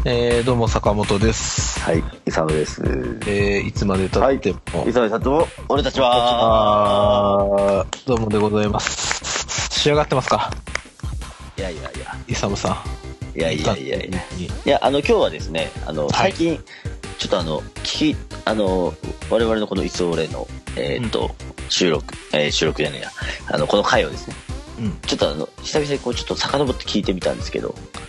どうも坂本です。 はい、イサムです。 いつまで経っても、 はい、イサムさんと俺たちはどうもでございます。仕上がってますか？ いや、 イサムさん。 いや、今日はですね、最近、ちょっと我々のこのいつ俺の、収録じゃねえや、この回をですね、ちょっと久々にこうちょっと遡って聞いてみたんですけど、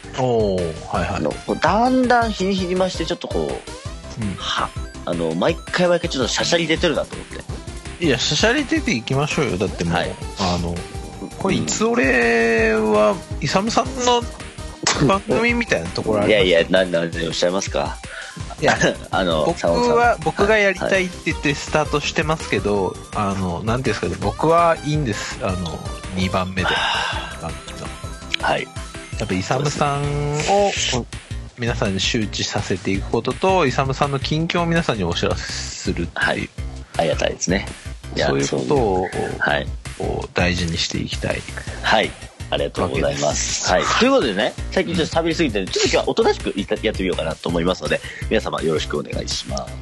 だんだん日に日に増してちょっとこう、毎回ちょっとシャシャリ出てるなと思って。 いや、シャシャリ出ていきましょうよ。だってもう、これいつ俺はイサムさんの番組みたいなところあります。 いや何おっしゃいますか。 いや僕がやりたいって言ってスタートしてますけど、なんですかね、僕はいいんです。2番目ではい。 やっぱイサムさんを皆さんに周知させていくことと、イサムさんの近況を皆さんにお知らせするっていう、 ありがたいですね。 そういうことを、大事にしていきたい。 はい、ありがとうございます。はい、ということでね、最近ちょっと喋りすぎて、ちょっと今日はおとなしくやってみようかなと思いますので、皆様よろしくお願いします。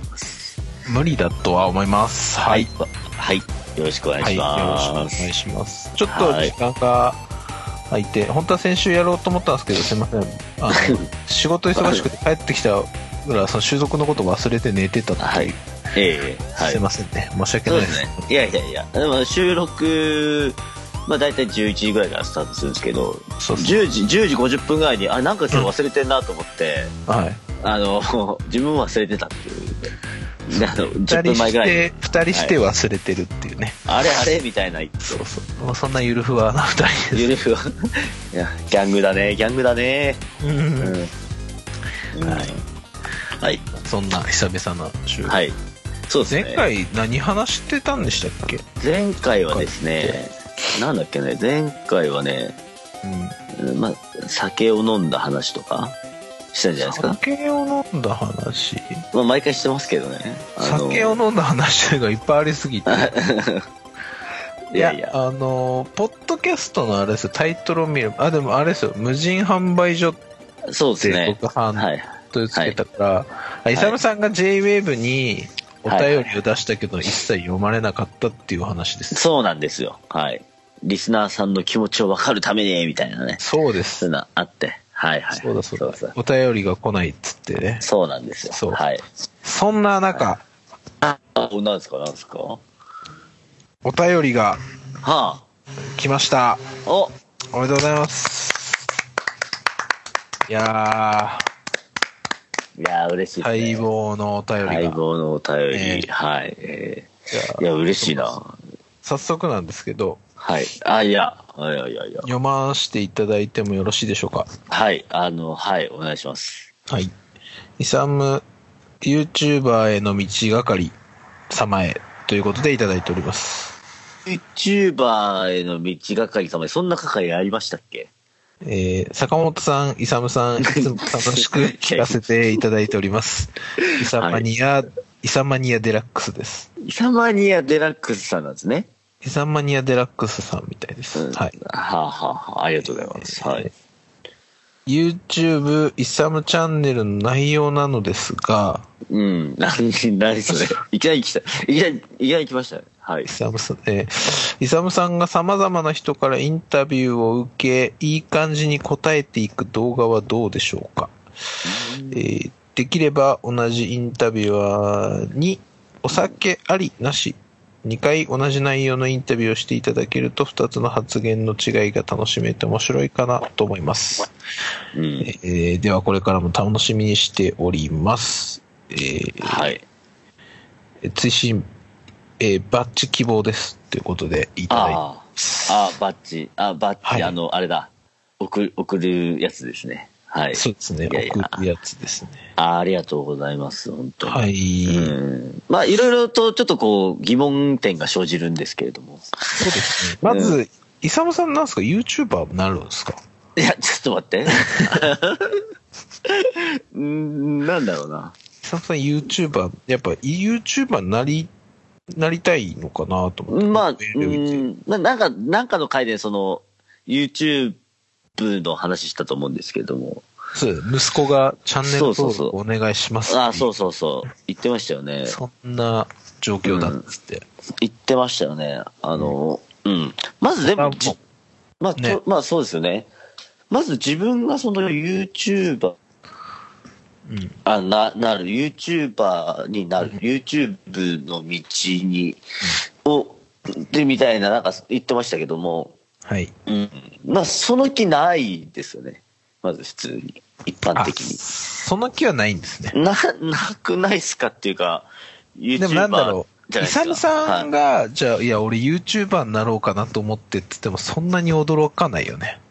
無理だとは思います。はい、 よろしくお願いします。 よろしくお願いします。ちょっと時間が空いて、本当は先週やろうと思ったんですけど、すいません、仕事忙しくて帰ってきたらその収録のこと忘れて寝てたっていう、すいませんね、申し訳ないです。 そうですね。いやでも収録だいたい11時ぐらいからスタートするんですけど、10時50分ぐらいになんか今日忘れてんなと思って、自分忘れてたっていう。10分前ぐらいに 2人して忘れてるっていうね、 あれみたいな。 もうそんなゆるふわな2人です。 ゆるふわいや、ギャングだねはい、 そんな久々な収録。 そうですね。 前回何話してたんでしたっけ？ 前回はですね、なんだっけね、前回はね、酒を飲んだ話とかしたんじゃないですか。 酒を飲んだ話、 毎回してますけどね。 酒を飲んだ話がいっぱいありすぎていやポッドキャストのあれですよ、タイトルを見る。でもあれですよ、無人販売所って僕とつけたから、イサムさんが JWAVE にお便りを出したけど一切読まれなかったっていう話です。 そうなんですよ。リスナーさんの気持ちを分かるためにみたいなね。 そうです。 そういうのあって。 そうだ。お便りが来ないっつってね。 そうなんですよ。 そんな中、 なんですかお便りが来ました。おめでとうございます。いや嬉しいですね。 待望のお便り。 いや嬉しいな。 早速なんですけど、読ませていただいてもよろしいでしょうか？ お願いします。 イサム YouTuber への道がかり様へということでいただいております。 YouTuber への道がかり様へ、そんな係ありましたっけ？ 坂本さん、イサムさん、いつも楽しく聞かせていただいておりますイサマニアデラックスです。 イサマニアデラックスさんなんですね。 イサマニアデラックスさんみたいです。ありがとうございます。 YouTube イサムチャンネルの内容なのですが、 何それいきなり来ましたね。 イサムさんが様々な人からインタビューを受け、いい感じに答えていく動画はどうでしょうか？できれば同じインタビュアーにお酒ありなし2回同じ内容のインタビューをしていただけると2つの発言の違いが楽しめて面白いかなと思います。ではこれからも楽しみにしております。追伸バッジ希望ですということでいただいてます。 バッジ、あれだ、送るやつですね。 そうですね、送るやつですね。 ありがとうございます、本当に。 いろいろとちょっとこう疑問点が生じるんですけれども。 そうですね。まず、イサムさんなんですか、YouTuber になるんですか？ いや、ちょっと待って。なんだろうな。 イサムさん YouTuber、やっぱ YouTuber になりたいのかなと思って。 なんかの回でその YouTube の話したと思うんですけれども、 そう息子がチャンネル登録お願いしますって。 あ、そうそうそう。言ってましたよね。 そんな状況だっつって。 言ってましたよね。まずでも、まあそうですよね。まず自分がその YouTuber、なる、YouTuber になる、YouTube の道に、で、みたいな、なんか言ってましたけども、 はい。 まあ、その気ないですよね。まず普通に。一般的に。 その気はないんですね。 なくないっすかっていうか、YouTuber でもなんだろう。イサムさんが、 はい、 じゃあ、いや、俺 YouTuber になろうかなと思ってって言っても、そんなに驚かないよね。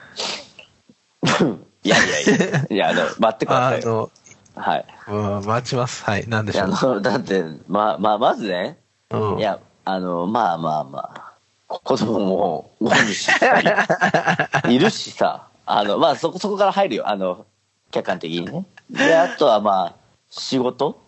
いや、待ってください。はい。 待ちます。はい。なんでしょう。 だって、まずね、いや、まあ、子供もいるし、いるしさ、まあ、そこから入るよ。客観的にね。で、あとはまあ、仕事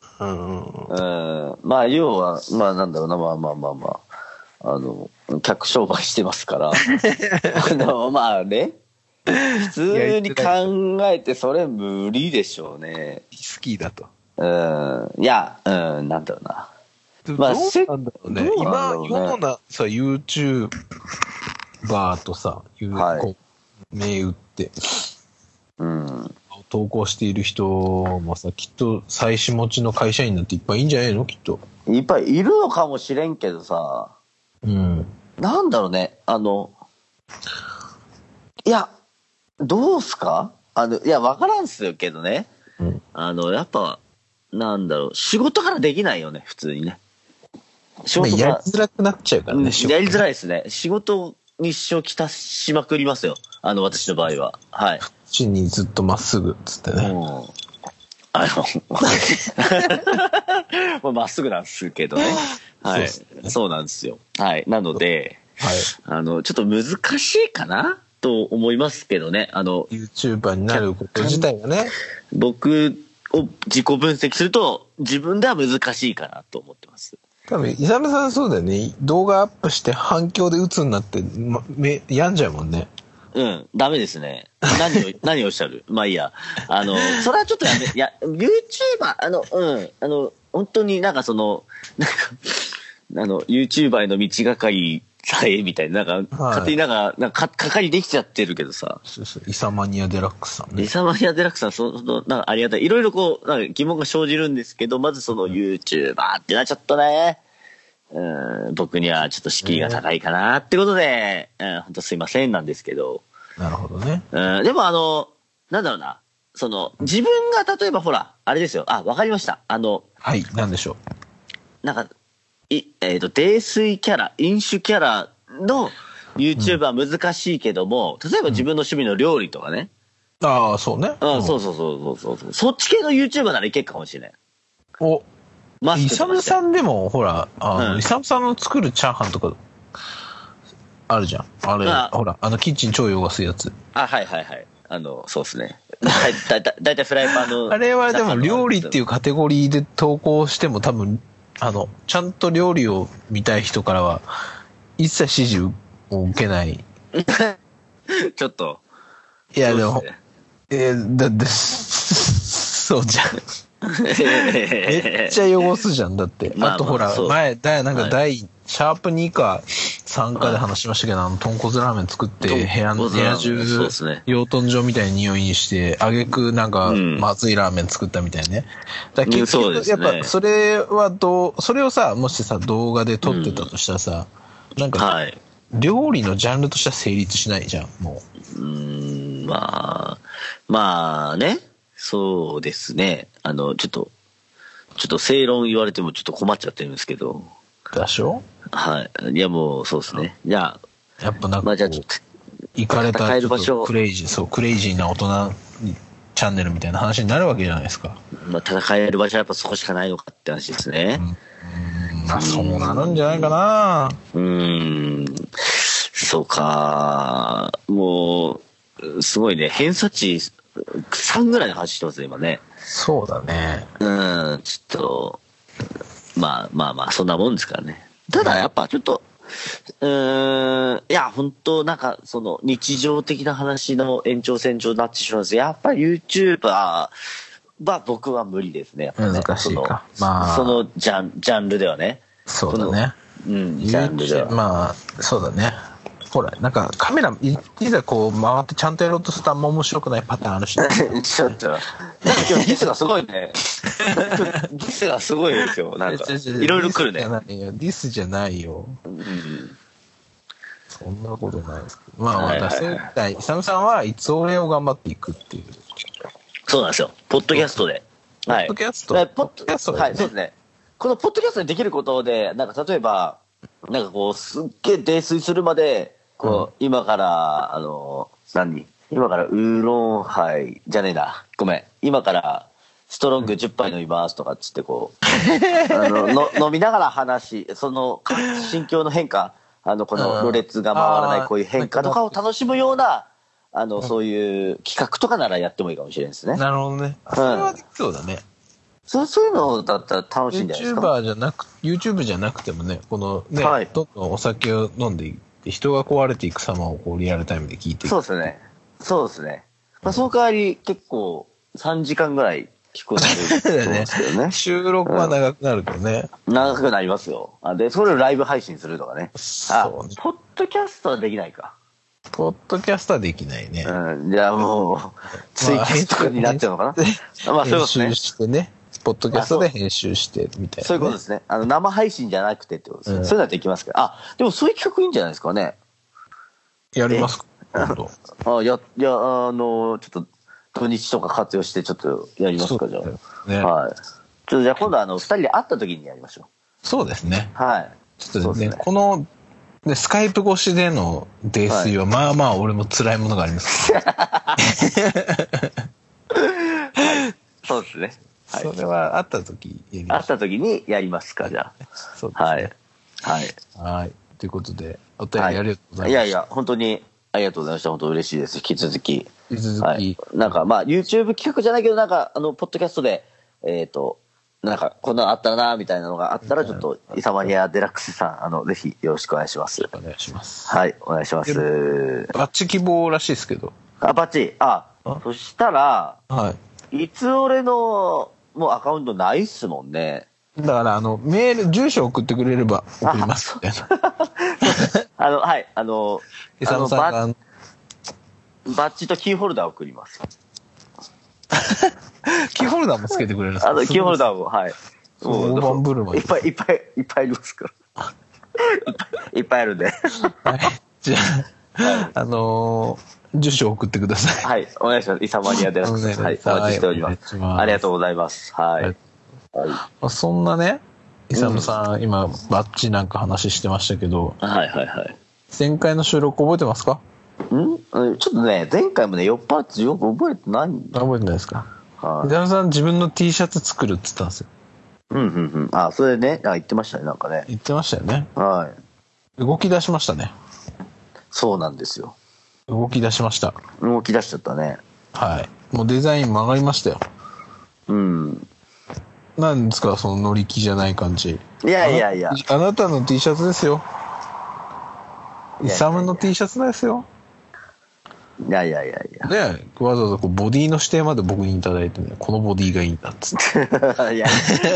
まあ、要は、まあ、なんだろうな、まあ、客商売してますから、まあね、普通に考えてそれ無理でしょうね。 リスキーだと。 いや、なんだろうな。 まあ、なんだろうね。今、世のさ、YouTuber とさ、銘打って、投稿している人もさ、きっと妻子持ちの会社員なんていっぱいいいんじゃないのきっと。 いっぱいいるのかもしれんけどさ、なんだろうね、いや、どうすか？いや、わからんすよけどね。やっぱ、なんだろう、仕事からできないよね、普通にね。 仕事やりづらくなっちゃうからね、 やりづらいですね。仕事に支障きたしまくりますよ。私の場合は。はい。 口にずっとまっすぐ、つってね。 まっすぐなんですけどね。はい。そうなんですよ。はい。なので、ちょっと難しいかなと思いますけどね。 YouTuber になること自体がね。 僕を自己分析すると、自分では難しいかなと思ってます。 多分、イサムさんそうだよね。動画アップして反響で鬱になって、病んじゃうもんね。 ダメですね。何をおっしゃる？まあいいや。それはちょっといや、YouTuber、本当になんかYouTuber への道がかりさえ、みたいな、勝手にかかりできちゃってるけどさ。 そう。イサマニアデラックスさんね。 イサマニアデラックスさん、ありがたい。いろいろ疑問が生じるんですけど、まずYouTuber ってのはちょっとね、僕にはちょっと敷居が高いかなってことで、本当すいませんなんですけど。 なるほどね。 でもなんだろうな。自分が例えばほら、あれですよ。わかりました。 はい、なんでしょう。なんか、泥酔キャラ、飲酒キャラの YouTuber は難しいけども、例えば自分の趣味の料理とかね。 ああ、そうね。 そう。そっち系の YouTuber ならいけるかもしれない。 イサムさんでも、ほら、イサムさんの作るチャーハンとか、あるじゃん。ほら、キッチン超汚すやつ。 はい。そうですね。だいたいフライパンの。 あれはでも料理っていうカテゴリーで投稿しても多分、ちゃんと料理を見たい人からは、一切指示を受けない。 ちょっと。 いや、でも、だって、そうじゃん。めっちゃ汚すじゃん、だって。あとほら、前、シャープ2か3かで話しましたけど、豚骨ラーメン作って、部屋中、養豚場みたいな匂いにして、あげくまずいラーメン作ったみたいなね。だから結局、やっぱ、それをさ、もしさ、動画で撮ってたとしたらさ、なんか、料理のジャンルとしては成立しないじゃん、もう。 まあね。そうですね。ちょっと正論言われてもちょっと困っちゃってるんですけど。 でしょ？ はい。いや、もうそうですね。じゃあ、 やっぱなんか、行かれたちょっとクレイジーな大人チャンネルみたいな話になるわけじゃないですか。 戦える場所はやっぱそこしかないのかって話ですね。 そうなるんじゃないかな。 そうか。もう、すごいね。偏差値3ぐらいの話してますね、今ね。 そうだね。 ちょっと、まあ、そんなもんですからね。ただやっぱちょっと、 いや、本当なんか、その、日常的な話の延長線上になってしまうんです。やっぱり YouTuber は僕は無理ですね。やっぱね難しいか。 そのジャンルではね。 そうだね。 ジャンルでは。 まあ、そうだね。ほら、なんかカメラ、いざこう回ってちゃんとやろうとするとあんま面白くないパターンあるし、ね。 ちょっと。なんか今日ギスがすごいね。ギスがすごいですよ。なんか、いろいろ来るね。 ディスじゃないよ。そんなことないですけど。まあ私、イサムさんはいつ俺を頑張っていくっていう。 そうなんですよ。ポッドキャストで。 ポッドキャストはい、そうですね。このポッドキャストでできることで、なんか例えば、なんかこう、すっげえ泥酔するまで、こう、今から、今からウーロンハイ、じゃねえな。ごめん。今から、ストロング10杯飲みますとかっつってこう、飲みながらその、心境の変化、この、ろれつが回らないこういう変化とかを楽しむような、そういう企画とかならやってもいいかもしれないですね。 なるほどね。それはできそうだね。 そういうのだったら楽しいんじゃないですか。 YouTube じゃなくてもね、このね、どんどんお酒を飲んでいって人が壊れていく様をこうリアルタイムで聞いていく。 そうですね。そうですね。まあ、その代わり結構3時間ぐらい聞くことができると思うんですけどね。 収録は長くなるけどね。 長くなりますよ。で、それをライブ配信するとかね。 そうね。 ポッドキャストはできないか。 ポッドキャストはできないね。 じゃあもう、ツイキャスとかになっちゃうのかな。まあそういうことね。 編集してね。ポッドキャストで編集してみたいな、ね。 そういうことですね。生配信じゃなくてってことですね。そういうのはできますから。でもそういう企画いいんじゃないですかね。 やりますか今度。 ちょっと土日とか活用してちょっとやりますか、じゃあ。ね。はい。ちょっとじゃあ今度2人で会った時にやりましょう。 そうですね。 はい。 ちょっとね、この、スカイプ越しでの泥酔は、まあまあ俺も辛いものがあります。 そうですね。 それは会った時にやりますか、じゃあ。 そうですね。はい。はい。ということで、お便りありがとうございました。 いやいや、本当にありがとうございました。本当嬉しいです。引き続き。なんかまあ、YouTube 企画じゃないけど、なんか、ポッドキャストで、なんか、こんなのあったな、みたいなのがあったら、ちょっと、イサマニアデラックスさん、ぜひよろしくお願いします。 お願いします。 はい、お願いします。 バッチ希望らしいですけど。 バッチ。そしたら、いつ俺の、もうアカウントないっすもんね。 だから、メール、住所送ってくれれば送ります。みたいな。 はい、 イサムさんがバッジとキーホルダー送ります。 キーホルダーもつけてくれるんですか？ キーホルダーも、はい。 大盤振る舞い。 いっぱいいますから。いっぱいあるんで。 はい。じゃあ、住所送ってください。はい、お願いします。イサマニアデラックス。はい、お待ちしております。ありがとうございます。はい。 そんなね、イサムさん、今、バッチなんか話してましたけど、前回の収録覚えてますか？ ちょっとね、前回もね、酔っ払ってよく覚えてないんだ。 覚えてないですか？イサムさん自分の T シャツ作るって言ったんですよ。 それね、言ってましたね、なんかね。 言ってましたよね。 はい。 動き出しましたね。 そうなんですよ。 動き出しました。 動き出しちゃったね。 はい。もうデザインも上がりましたよ。なんですか、その乗り気じゃない感じ。 いやいやいや。 あなたの T シャツですよ。イサムの T シャツですよ。 いや。ねわざわざこうボディの指定まで僕にいただいてね、このボディがいいんだっつって。いや。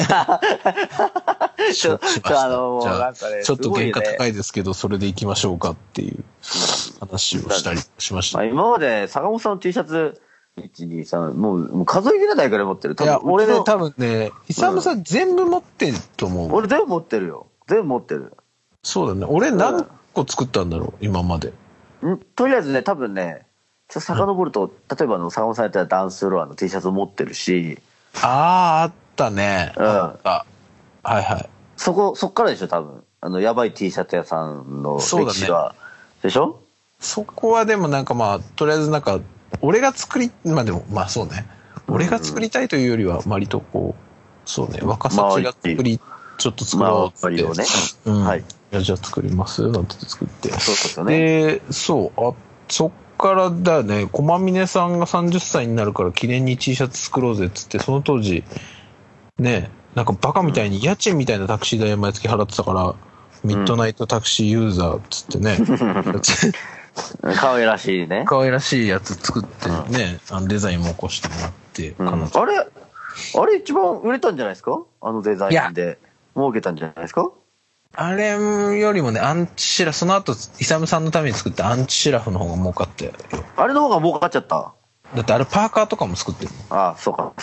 ちょっと原価高いですけど、それでいきましょうかっていう話をしたりしました。 今まで坂本さんの T シャツ、1、2、3、もう数えきれないくらい持ってる。 いや、俺ね、多分ね、イサムさん全部持ってると思う。 俺全部持ってるよ。全部持ってる。 そうだね。俺何個作ったんだろう、今まで。 とりあえずね、多分ね、遡ると、例えば坂本さんやったらダンスフロアの T シャツを持ってるし。 あったね。はい。 そっからでしょ、多分。やばい T シャツ屋さんの歴史は。でしょ？ そこはでもなんかまあ、とりあえずなんか、俺がまあでも、まあそうね。俺が作りたいというよりは、割とこう、そうね、若さちがちょっと作ろうって。はい。じゃあ作りますなんて作って。 そうですよね。で、そっからだよね、駒峰さんが30歳になるから記念に T シャツ作ろうぜっつって、その当時、ね、なんかバカみたいに家賃みたいなタクシー代毎月払ってたから、 ミッドナイトタクシーユーザーっつってね。 可愛らしいね。 可愛らしいやつ作ってね、デザインも起こしてもらって、 あれ一番売れたんじゃないですか？あのデザインで儲けたんじゃないですか？ あれよりもね、その後、イサムさんのために作ったアンチシラフの方が儲かったよ。 あれの方が儲かっちゃった？ だってあれパーカーとかも作ってるの。ああ、そうか。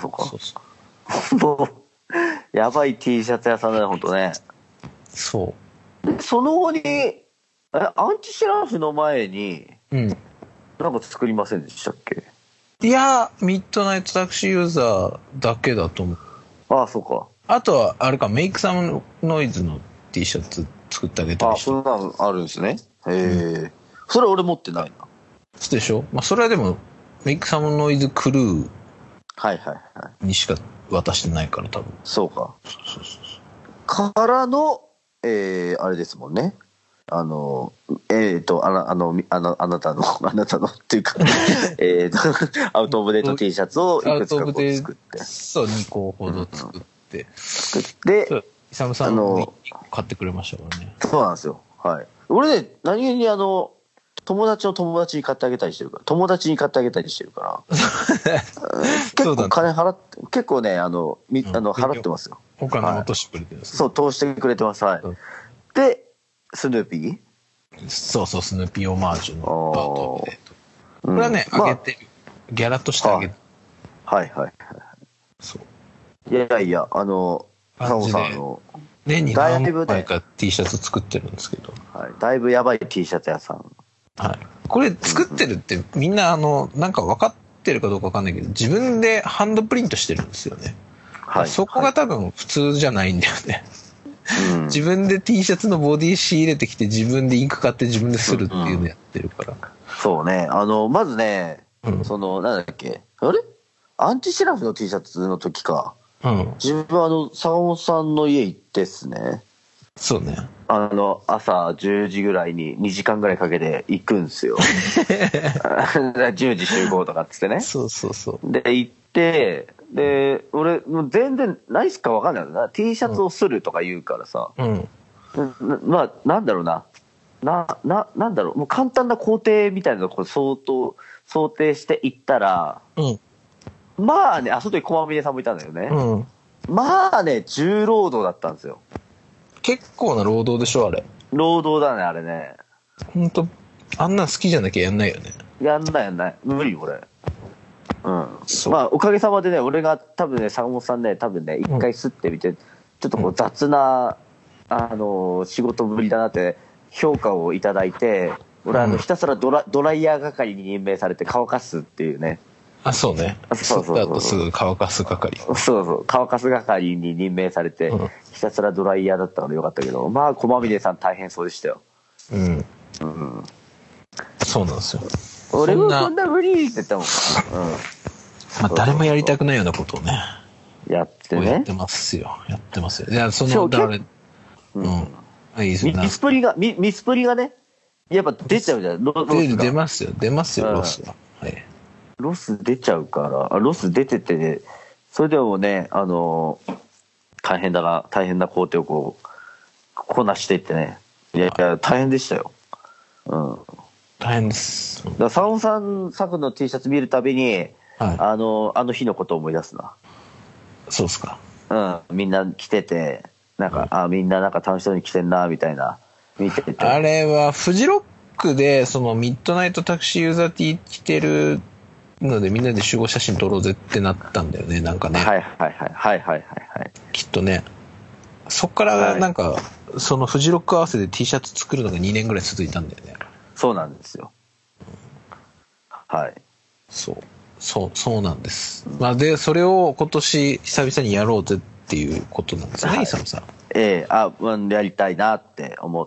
もう、やばい T シャツ屋さんだね、ほんとね。 そう。 その後に、アンチシラフの前に、なんか作りませんでしたっけ？ いや、ミッドナイトタクシーユーザーだけだと思う。 ああ、そうか。 あとは、あれか、メイクサムノイズの T シャツ作ってあげたりして。 そんなのあるんですね。へえ。それ俺持ってないな。 でしょ？まあ、それはでも、メイクサムノイズクルーにしか渡してないから、多分。 そうか。からの、あれですもんね。あなたのっていうか、アウトオブデート T シャツをいくつかこう作って。 そう、2個ほど作って。 で、 イサムさんも買ってくれましたからね。 そうなんですよ。はい。俺ね、何気に友達の友達に買ってあげたりしてるから、友達に買ってあげたりしてるから、結構金払って、結構ね、払ってますよ。 お金落としてくれてるんです、 そう、通してくれてます。はい。で、スヌーピー？ そう、スヌーピーオマージュのアウトオブデート。これはね、あげてる。ギャラとしてあげてる。 はい。そう。いや、サモさん年に何回か T シャツ作ってるんですけど。 はい。だいぶやばい T シャツ屋さん。 はい。これ作ってるってみんななんか分かってるかどうか分かんないけど、自分でハンドプリントしてるんですよね。はい。そこが多分普通じゃないんだよね。自分で T シャツのボディ仕入れてきて自分でインク買って自分でするっていうのやってるから。 そうね。まずね、なんだっけ、アンチシラフの T シャツの時か。自分は坂本さんの家行ってっすね。 そうね。 朝10時ぐらいに2時間ぐらいかけて行くんすよ。10時集合とかっつってね。 そう。 で、行って、で、俺、もう全然何しか分かんないな。T シャツをするとか言うからさ。まあ、なんだろうな。なんだろう。もう簡単な工程みたいなのを想定して行ったら、まあね、外に駒峰さんもいたんだよね。まあね、重労働だったんですよ。 結構な労働でしょ、あれ。 労働だね、あれね。 ほんと、あんなん好きじゃなきゃやんないよね。 やんない。無理、俺。まあ、おかげさまでね、俺が多分ね、坂本さんね、多分ね、一回吸ってみて、ちょっとこう雑な、仕事ぶりだなって評価をいただいて、俺ひたすらドライヤー係に任命されて乾かすっていうね。 あ、そうね。そう。あとすぐ乾かす係。 そう。乾かす係に任命されて、ひたすらドライヤーだったからよかったけど、まあ、駒峰さん大変そうでしたよ。 そうなんですよ。 俺もこんな無理って言ったもん。 まあ、誰もやりたくないようなことをね。 やってね。 やってますよ。いや、ミスプリがね、やっぱ出ちゃうじゃん、ロスが。 出ますよ、ロスは。はい。 ロス出ちゃうから、ロス出てて、それでもね、大変な工程をこなしていってね。いや、大変でしたよ。 大変です。 だから坂本さん作の T シャツ見るたびに、あの日のことを思い出すな。 そうっすか。 みんな着てて、なんか、みんななんか楽しそうに着てんな、みたいな、見てて。 あれは、フジロックで、ミッドナイトタクシーユーザー T 着てるので、みんなで集合写真撮ろうぜってなったんだよね、なんかね。 はい。 きっとね。そっから、なんか、フジロック合わせで T シャツ作るのが2年ぐらい続いたんだよね。 そうなんですよ。はい。 そうなんです。まあ、で、それを今年久々にやろうぜっていうことなんですよね、イサムさん。 やりたいなって思って、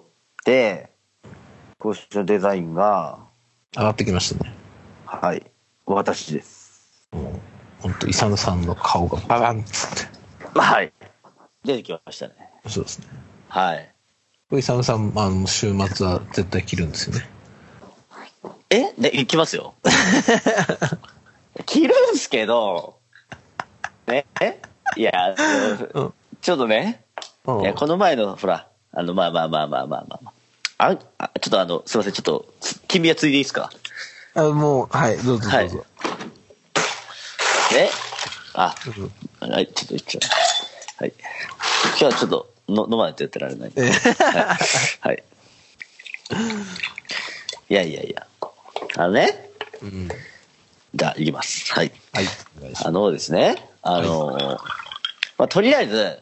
今週のデザインが上がってきましたね。 はい。私です。 本当イサムさんの顔がババンっつって。 はい。出てきましたね。 そうですね。 はい。 イサムさん、週末は絶対着るんですよね。 着ますよ。着るんすけど、ね、いや、ちょっとね、いや、この前の、ほら、 まあまあまあまあまあまあ。ちょっとすいません、ちょっと、君はついでいいですか？ もう、はい、どうぞどうぞ。 はい、はい、ちょっと言っちゃう。はい。今日はちょっと、飲まないとやってられない。はい。はい。いや。じゃあ、いきます。はい。 はい。 ですね、とりあえず、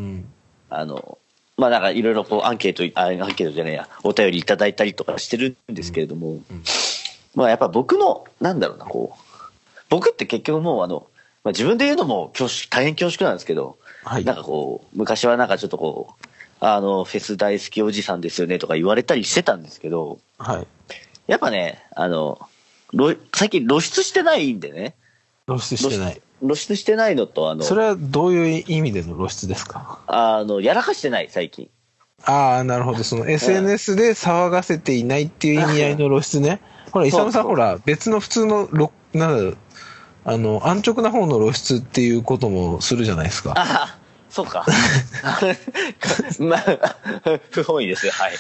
まあなんかいろいろこうアンケートじゃないや、お便りいただいたりとかしてるんですけれども、まあやっぱ僕の、なんだろうな、こう、僕って結局もうまあ、自分で言うのも大変恐縮なんですけど、はい、なんかこう、昔はなんかちょっとこう、フェス大好きおじさんですよねとか言われたりしてたんですけど、 はい。 やっぱね、最近露出してないんでね。 露出してない。 露出してないのと、 それはどういう意味での露出ですか？ やらかしてない、最近。 ああ、なるほど。その SNS で騒がせていないっていう意味合いの露出ね。ほら、イサムさん、ほら、別の普通のなんだろう、安直な方の露出っていうこともするじゃないですか。 ああ、そうか。まあ、不本意ですよ、はい。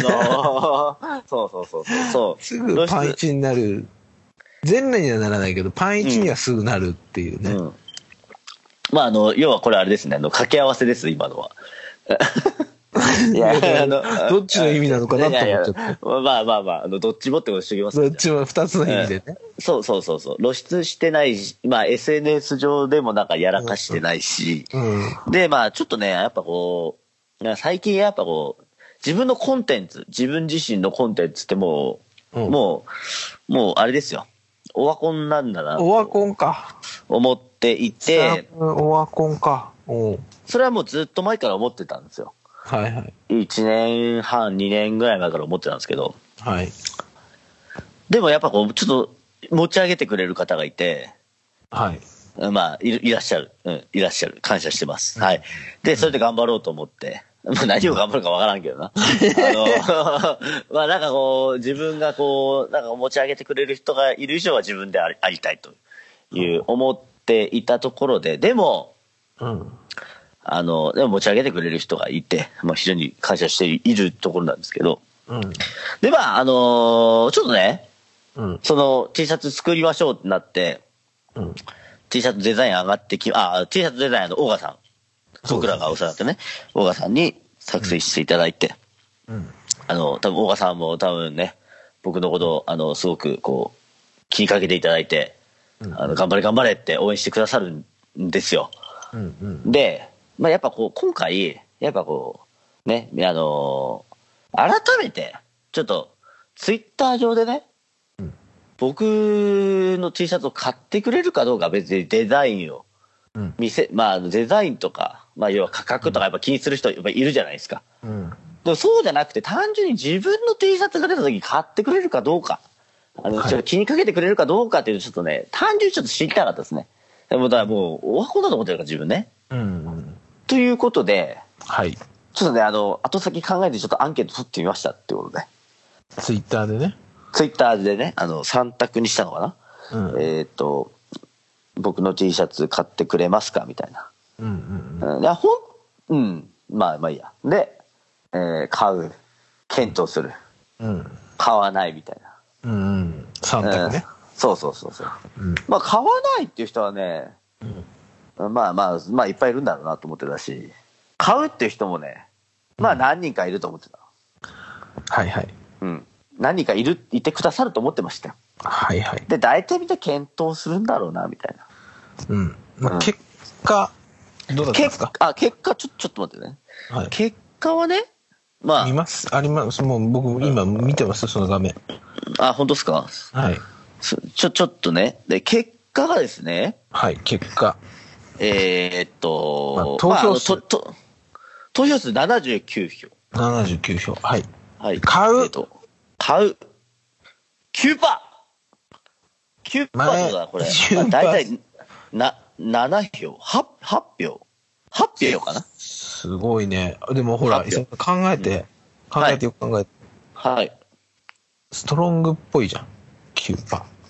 そう。 すぐパンイチになる。全裸にはならないけど、パンイチにはすぐなるっていうね。 まあ、要はこれあれですね、掛け合わせです、今のは。 いや、どっちの意味なのかなと思っちゃって。 まあ、どっちもってことしておきますか。 どっちも二つの意味でね。 そう。露出してないし、まあ SNS 上でもなんかやらかしてないし、で、まあちょっとね、やっぱこう、最近やっぱこう、自分自身のコンテンツってもうあれですよ。オワコンなんだな。 オワコンか。 思っていて、 オワコンか。 それはもうずっと前から思ってたんですよ。 はいはい。 1年半、2年ぐらい前から思ってたんですけど。 はい。 でもやっぱこう、ちょっと持ち上げてくれる方がいて。 はい。 まあ、いらっしゃる。いらっしゃる。感謝してます。はい。で、それで頑張ろうと思って。まあ何を頑張るかわからんけどな。まあなんかこう、自分がこう、なんか持ち上げてくれる人がいる以上は自分でありたいという思っていたところで、でも、でも持ち上げてくれる人がいて、まあ非常に感謝しているところなんですけど、で、まあちょっとね、その T シャツ作りましょうってなって、T シャツデザイン上がってT シャツデザインオーガさん。僕らがお世話になってね、オーガさんに作成していただいて、多分オーガさんも多分ね、僕のことを、すごくこう、気にかけていただいて、頑張れって応援してくださるんですよ。で、まあやっぱこう、今回、やっぱこう、ね、改めて、ちょっと、ツイッター上でね、僕の T シャツを買ってくれるかどうか別にデザインを、まあデザインとか、まあ要は価格とかやっぱ気にする人やっぱいるじゃないですか。でもそうじゃなくて単純に自分の T シャツが出た時に買ってくれるかどうか、ちょっと気にかけてくれるかどうかっていうちょっとね、単純にちょっと知りたかったですね。でもだからもう、オワコンだと思ってるから自分ね。ということで、 はい。 ちょっとね、後先考えてちょっとアンケート取ってみましたってことで。 ツイッターでね。 ツイッターでね、3択にしたのかな。僕の T シャツ買ってくれますかみたいな。まあいいや。で、買う、検討する、買わないみたいな。 3択ね。 そう。まあ買わないっていう人はね、まあいっぱいいるんだろうなと思ってたし、買うっていう人もね、まあ何人かいると思ってた。 はいはい。 何人かいてくださると思ってましたよ。 はいはい。 で、大体みんな検討するんだろうな、みたいな。 まあ、結果、どうだったんですか？ 結果、ちょっと待ってね。 はい、 結果はね、まあ。 あります。もう僕、今見てます、その画面。 本当ですか？ はい。 ちょっとね。で、結果がですね。 はい、結果。 投票数。投票数79票。 79票。はい。 はい。 買う。 買う。9%! 9%だ、これ。だいたい、7票 ?8 票 ?8 票かな？ すごいね。でもほら、考えてよく考えて。 はい。 ストロングっぽいじゃん。9%。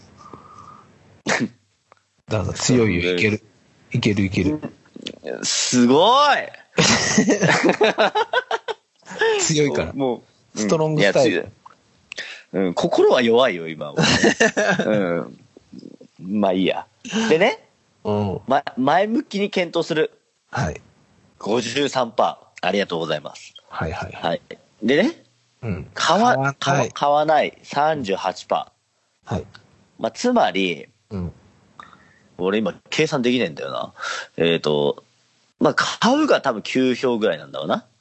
だから強いよ、いける。 すごい強いから。 もう、 ストロングスタイル。 うん、心は弱いよ、今は。うん。まあいいや。でね、前向きに検討する。 はい。 53%。ありがとうございます。 はいはいはい。でね、買わない。38%。 はい。 まあ、つまり、俺今計算できねえんだよな。まあ、買うが多分9票ぐらいなんだろうな。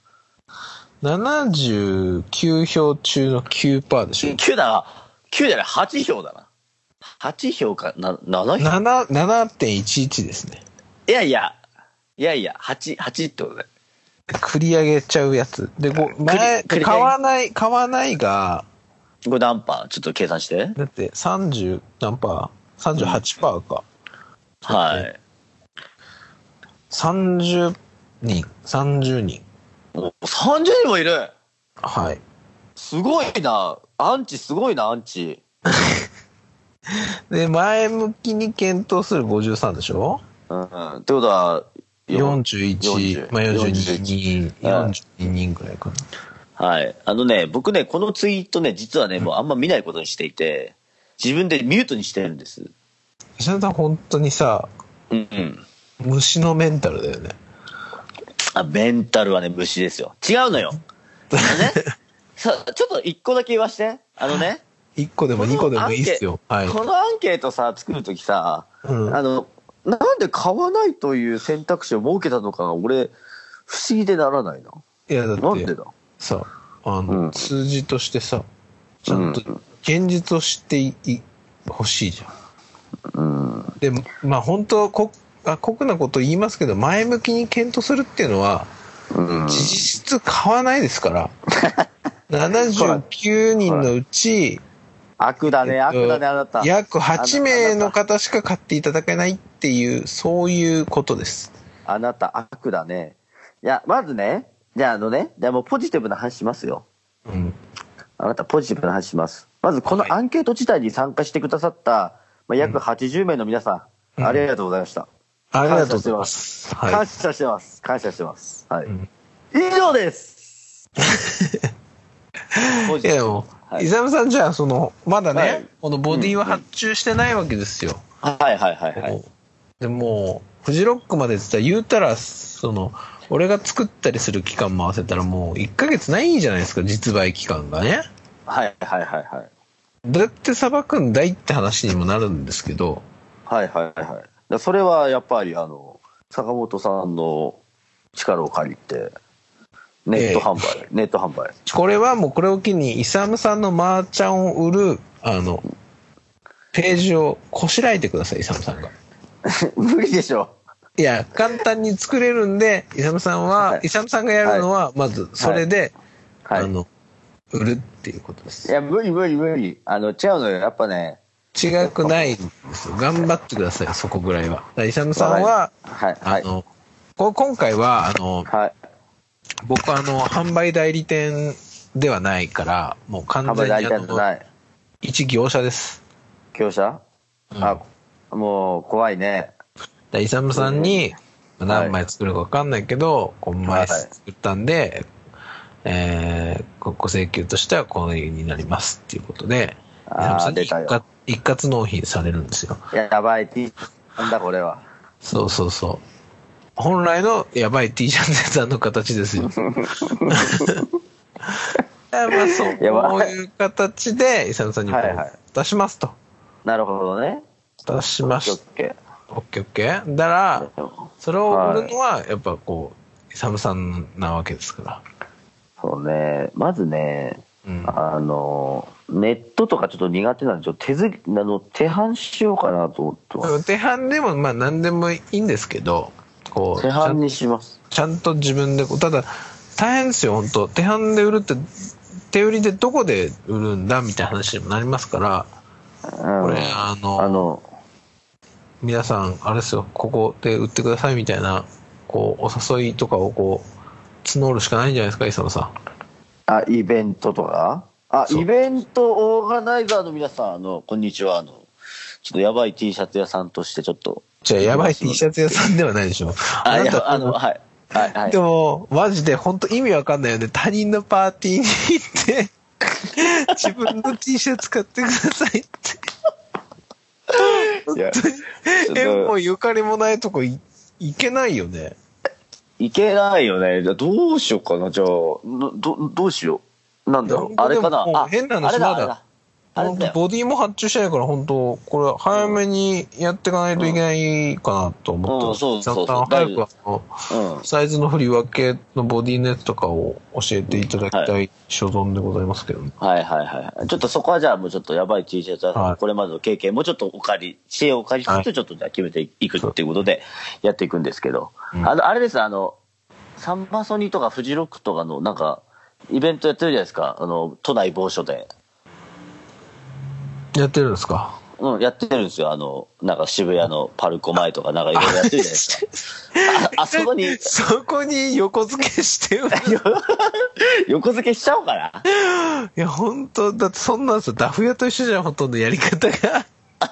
79票中の 9% でしょ。 9だな。9じゃない、8票だな。8票か、7票 7.11 ですね。 いや、8ってことだよ。 繰り上げちゃうやつ。で、買わないが、 これ何パーちょっと計算して。 だって30何パー ?38% か。 はい。 30人。 お、30人もいる。 はい。 すごいな。アンチすごいな、アンチ。 で、前向きに検討する53でしょ。 ってことは、 41、まあ42人ぐらいかな。はい。僕ね、このツイートね、実はね、もうあんま見ないことにしていて、自分でミュートにしてるんです。 石田さん本当にさ、虫のメンタルだよね。 メンタルはね、虫ですよ。違うのよ。ちょっと一個だけ言わして。 1個でも2個でもいいっすよ。 はい。このアンケートさ、作るときさ、なんで買わないという選択肢を設けたのかが俺、不思議でならないな。 いや、だって。 なんでださ、数字としてさ、ちゃんと現実を知ってほしいじゃん。で、まあ本当酷なこと言いますけど、前向きに検討するっていうのは、実質買わないですから。79人のうち、 悪だね、あなた。 約8名の方しか買っていただけないっていう、そういうことです。 あなた、悪だね。いや、まずね、じゃあじゃあもうポジティブな話しますよ。あなた、ポジティブな話します。まず、このアンケート自体に参加してくださった、約80名の皆さん、ありがとうございました。 ありがとうございます。 感謝してます。はい。以上です。 いや、でも、イザムさんじゃあ、まだね、このボディは発注してないわけですよ。 はい。 でも、フジロックまで言ったら、俺が作ったりする期間も合わせたらもう1ヶ月ないじゃないですか、実売期間がね。 はい。 どうやってさばくんだいって話にもなるんですけど。 はい。それはやっぱり坂本さんの力を借りて、ネット販売。 これはもうこれを機に、イサムさんのマーチャンを売る、ページをこしらえてください、イサムさんが。 無理でしょ。 いや、簡単に作れるんで、イサムさんがやるのは、まず、それで、売るっていうことです。 いや、無理。違うのよ、やっぱね。 違くないんですよ。頑張ってください、そこぐらいは。イサムさんは、今回は、僕販売代理店ではないから、もう完全に一業者です。 業者？もう怖いね。 イサムさんに何枚作るか分かんないけど、5枚作ったんで、ご請求としてはこのようになりますっていうことで、イサムさんに一括納品されるんですよ。 やばい T なんだこれは。 そう。本来のやばい T シャツさんの形ですよ。そういう形でイサムさんに出しますと。 なるほどね。 出しました。オッケー。だから、それを売るのはやっぱイサムさんなわけですから。 そうね。まずね、ネットとかちょっと苦手なんで、手版しようかなと思ってます。 手版でも何でもいいんですけど、 手版にします。 ちゃんと自分で、ただ大変ですよ本当。手版で売るって手売りでどこで売るんだみたいな話にもなりますから、これ皆さんあれですよ、ここで売ってくださいみたいなお誘いとかを募るしかないんじゃないですか、磯野さん。イベントとか？イベントオーガナイザーの皆さん、こんにちは。ちょっとやばい T シャツ屋さんとしてちょっと。 じゃあやばい T シャツ屋さんではないでしょ。 はい。 はいはい。 でも、マジで本当意味わかんないよね。他人のパーティーに行って、自分の T シャツ買ってくださいって。 いや、 縁もゆかりもないとこ行けないよね。 いけないよね。じゃあどうしようかな。じゃあ、どうしよう。なんだろう。あれかな。あ、 変な話まだ。本当ボディも発注してないから本当これ早めにやっていかないといけないかなと思ってます。 そうそうそう。 早くサイズの振り分けのボディのやつとかを教えていただきたい所存でございますけどね。 はいはいはい。ちょっとそこはじゃあもうちょっとやばい T シャツはこれまでの経験もうちょっと知恵をお借りしつつちょっとじゃあ決めていくっていうことでやっていくんですけど、あれです、サンバソニとかフジロックとかのなんかイベントやってるじゃないですか、都内某所で。 やってるんですか？ うん、やってるんですよ。なんか渋谷のパルコ前とかなんかいろいろやってるじゃないですか。あそこに横付けしてよ。 横付けしちゃおうかな。 いや、本当だってそんなんさ、ダフ屋と一緒じゃん、ほとんどやり方が。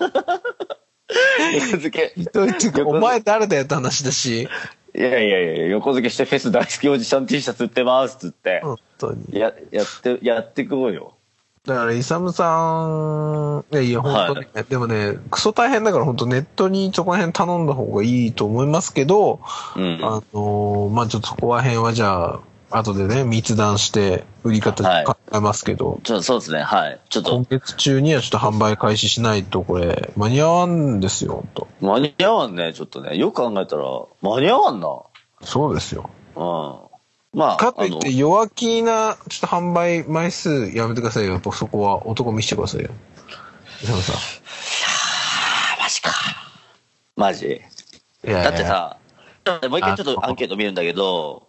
横付け。 ひどいっていうか、お前誰だよって話だし。 いや、横付けしてフェス大好きおじさん T シャツ売ってますっつって。 本当に。 やってくうよ。 だから、イサムさん、いや、本当に、でもね、クソ大変だから、本当ネットにそこら辺頼んだ方がいいと思いますけど、まあ、ちょっとそこら辺はじゃあ、後でね、密談して、売り方考えますけど、 そうですね、はい。ちょっと。 今月中にはちょっと販売開始しないと、これ、間に合わんですよ、と。 間に合わんね、ちょっとね。よく考えたら、間に合わんな。そうですよ。 まあ。 かといって弱気な、ちょっと販売枚数やめてくださいよ。やっぱそこは男見してくださいよ。伊佐野さん。いやー、マジか。マジ。だってさ、もう一回ちょっとアンケート見るんだけど、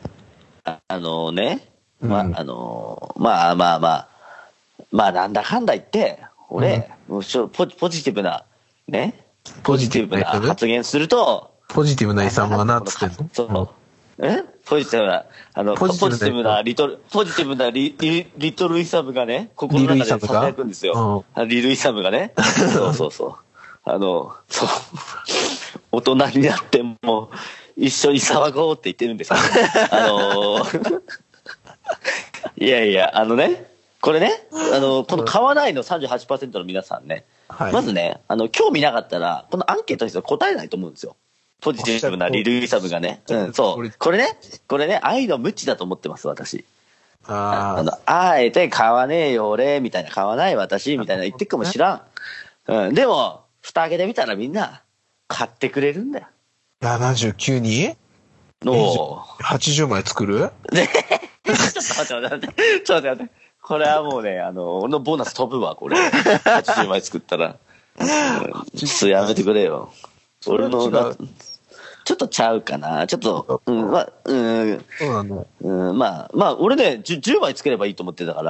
まあなんだかんだ言って、俺、ポジティブな、ね、ポジティブな発言すると、 ポジティブなイサムはなっつってんの？ そう。ポジティブな、ポジティブなリトルイサムがね、心の中で囁くんですよ。リルイサムがね。そう。そう。大人になっても、一緒に騒ごうって言ってるんですよ。いや、これね、この買わないの 38% の皆さんね、まずね、興味なかったら、このアンケートに答えないと思うんですよ。ポジティブなリルイサムがね。そう。これね、愛の無知だと思ってます、私。あえて買わねえよ、俺、みたいな、買わない私、みたいな言ってるかもしらん。でも、蓋開けてみたらみんな、買ってくれるんだよ。 79に80枚作る？ ちょっと待って。これはもうね、俺のボーナス飛ぶわ、これ。80枚作ったら。ちょっとやめてくれよ。俺の、ちょっとちゃうかな。ちょっと、まあ、俺ね、10枚作ればいいと思ってたから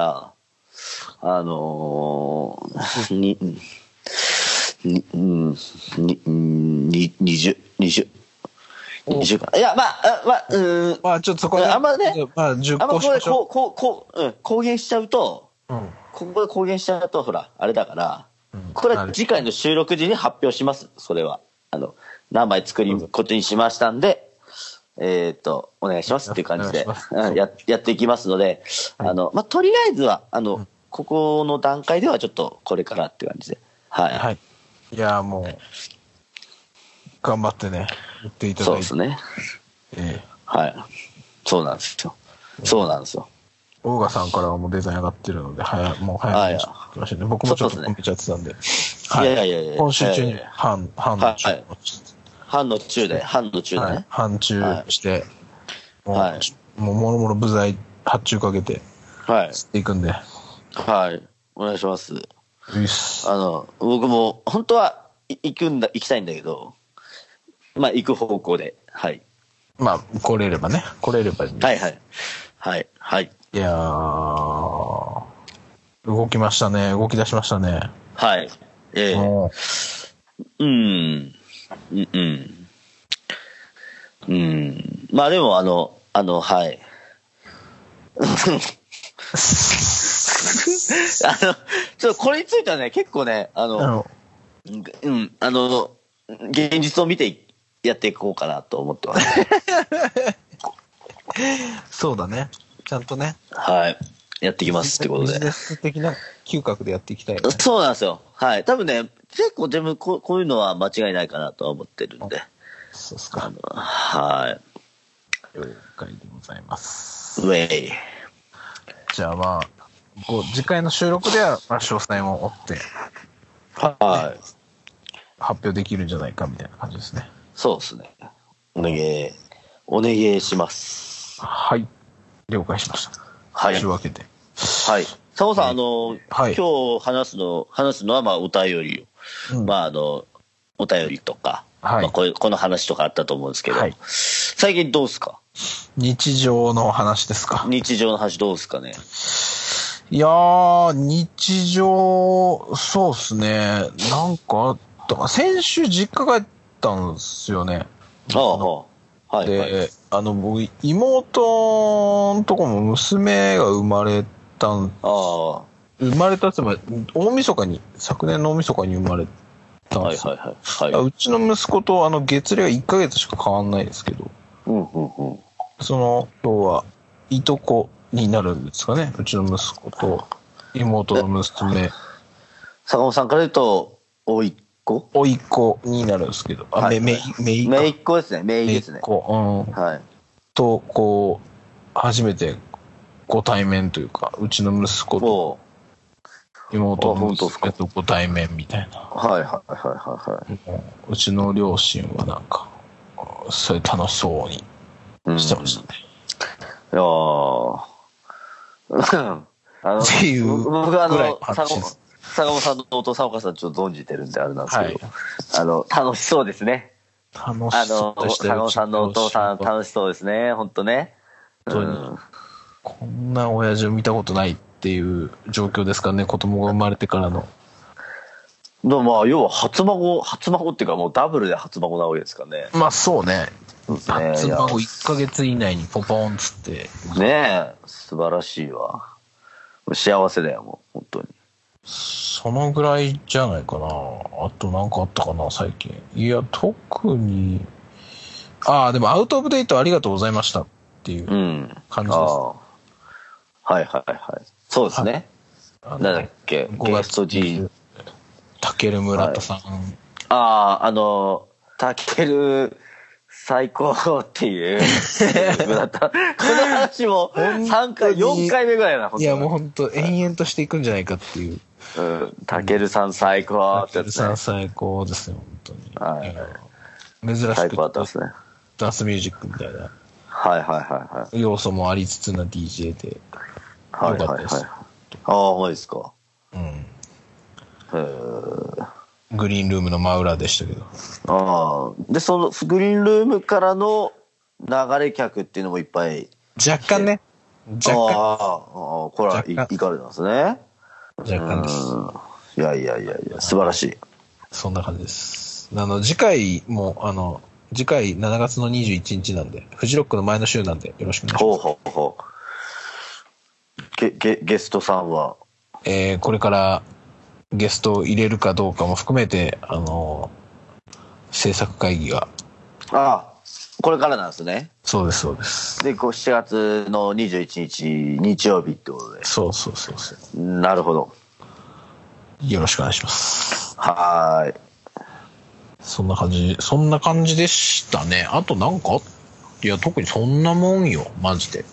、20か。いや、まあ、 ちょっとそこで、 あんまね、 まあ、10個しましょう。公言しちゃうと、ここで公言しちゃうと、ほら、あれだから、これは次回の収録時に発表します、それは。何枚作ることにしましたんで、お願いしますっていう感じで、やっていきますので、まあ、とりあえずは、ここの段階ではちょっとこれからっていう感じで。はい。 いや、もう、頑張ってね、言っていただいて。 そうですね。はい。そうなんですよ。 オーガさんからはもうデザイン上がってるので、もう早めに来ましたね。僕もちょっとコンピちゃってたんで。 いや。 今週中に半の中。 半の中でね。 半中して、もうもろもろ部材発注かけて、していくんで。 はい。お願いします。 す。 僕も本当は行きたいんだけど、まあ行く方向で、はい。 まあ来れればいい。 はい。 いやー、動き出しましたね。 はい。まあでもはい。ちょっとこれについてはね、結構ね、現実を見てやっていこうかなと思ってます。 そうだね。ちゃんとね。 はい。やっていきますってことで。 ビジネス的な嗅覚でやっていきたい、ね。 そうなんですよ。はい。多分ね、結構自分こういうのは間違いないかなとは思ってるんで。 そうっすか。 はい。 了解でございます。 ウェイ。 じゃあまあ、次回の収録では、まあ、詳細も追って、 はい。 発表できるんじゃないかみたいな感じですね。 そうですね。お願いします。 はい。了解しました。 はい。 というわけで。 はい。佐野さん、 はい、 今日話すのは、まあ、お便りを、うん、まあ、お便りとか、はい、まあ、この話とかあったと思うんですけど、はい、最近どうですか？ 日常の話ですか？ 日常の話どうですかね？ いやー、日常、そうっすね。なんかあったか、先週実家帰ったんですよね。 ああ、はい。 で、 はい、 僕、妹のとこも娘が生まれたん、生まれたつまり、昨年の大晦日に生まれたんですよ。はい。うちの息子と月齢が1ヶ月しか変わんないですけど、今日はいとこになるんですかね。うちの息子と妹の娘。 坂本さんから言うと、甥っ子になるんですけど、 姪っ子ですね。姪ですね。 はい。と、初めてご対面というか、うちの息子と妹の娘とご対面みたいな。 はい。 うちの両親はなんか、それ楽しそうにしてましたね。 いやっていうぐらいの話です。 坂本さんのお父さんお母さんちょっと存じてるんであれなんですけど、楽しそうですね。 楽しそうでしたよ。 坂本さんのお父さん楽しそうですね。本当ね。 こんな親父を見たことないっていう状況ですからね、子供が生まれてからの。 まあ、要は初孫っていうかもうダブルで初孫なわけですからね。 まあそうね。初孫1ヶ月以内にポポンつって。 ねえ、素晴らしいわ。幸せだよ、もう、本当に。 そのぐらいじゃないかな。あとなんかあったかな、最近。いや、特に。でもアウトオブデートありがとうございましたっていう感じです。 はい。そうですね。なんだっけ、ゲスト G。 タケル村田さん。 タケル最高っていう。この話も4回目ぐらいな。 いや、もう本当延々としていくんじゃないかっていう。 タケルさん最高ってやつね。 タケルさん最高ですよ、本当に。珍しく最高だったですね。 ダンスミュージックみたいな。 はい。 要素もありつつな DJ で。よかったです。 マジですか。 グリーンルームの真裏でしたけど。 で、そのグリーンルームからの流れ客っていうのもいっぱい。 若干ね。 これはいかれてますね。 若干です。 いや、素晴らしい。 そんな感じです。次回も、次回7月の21日なんで、フジロックの前の週なんでよろしくお願いします。 ゲストさんはこれからゲストを入れるかどうかも含めて、制作会議が。 これからなんですね。 そうです。 で、7月の21日、日曜日ってことで。 そう。 なるほど。 よろしくお願いします。 はい。 そんな感じでしたね。あとなんか、いや、特にそんなもんよ、マジで。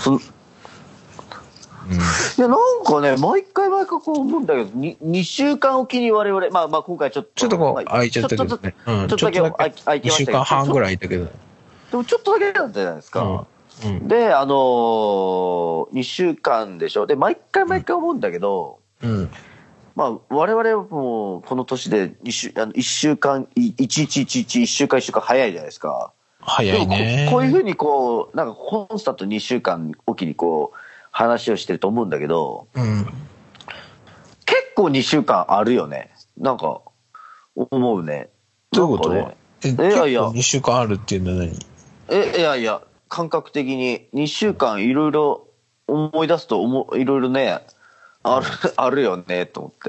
いや、なんかね、毎回こう思うんだけど、2週間おきに我々、まあ今回ちょっとこう空いちゃったけどね。ちょっとだけ空いてましたけど。2週間半ぐらい空いたけど。 でもちょっとだけだったじゃないですか。で、2週間でしょ。で、毎回思うんだけど、まあ我々はもうこの年で1週間、1週間早いじゃないですか。 早いね。 こういうふうになんかコンスタント2週間おきに話をしてると思うんだけど、結構2週間あるよね。なんか、思うね。 どういうこと？結構2週間あるっていうのは何？ いや、感覚的に2週間いろいろ思い出すといろいろね、あるよね、と思って。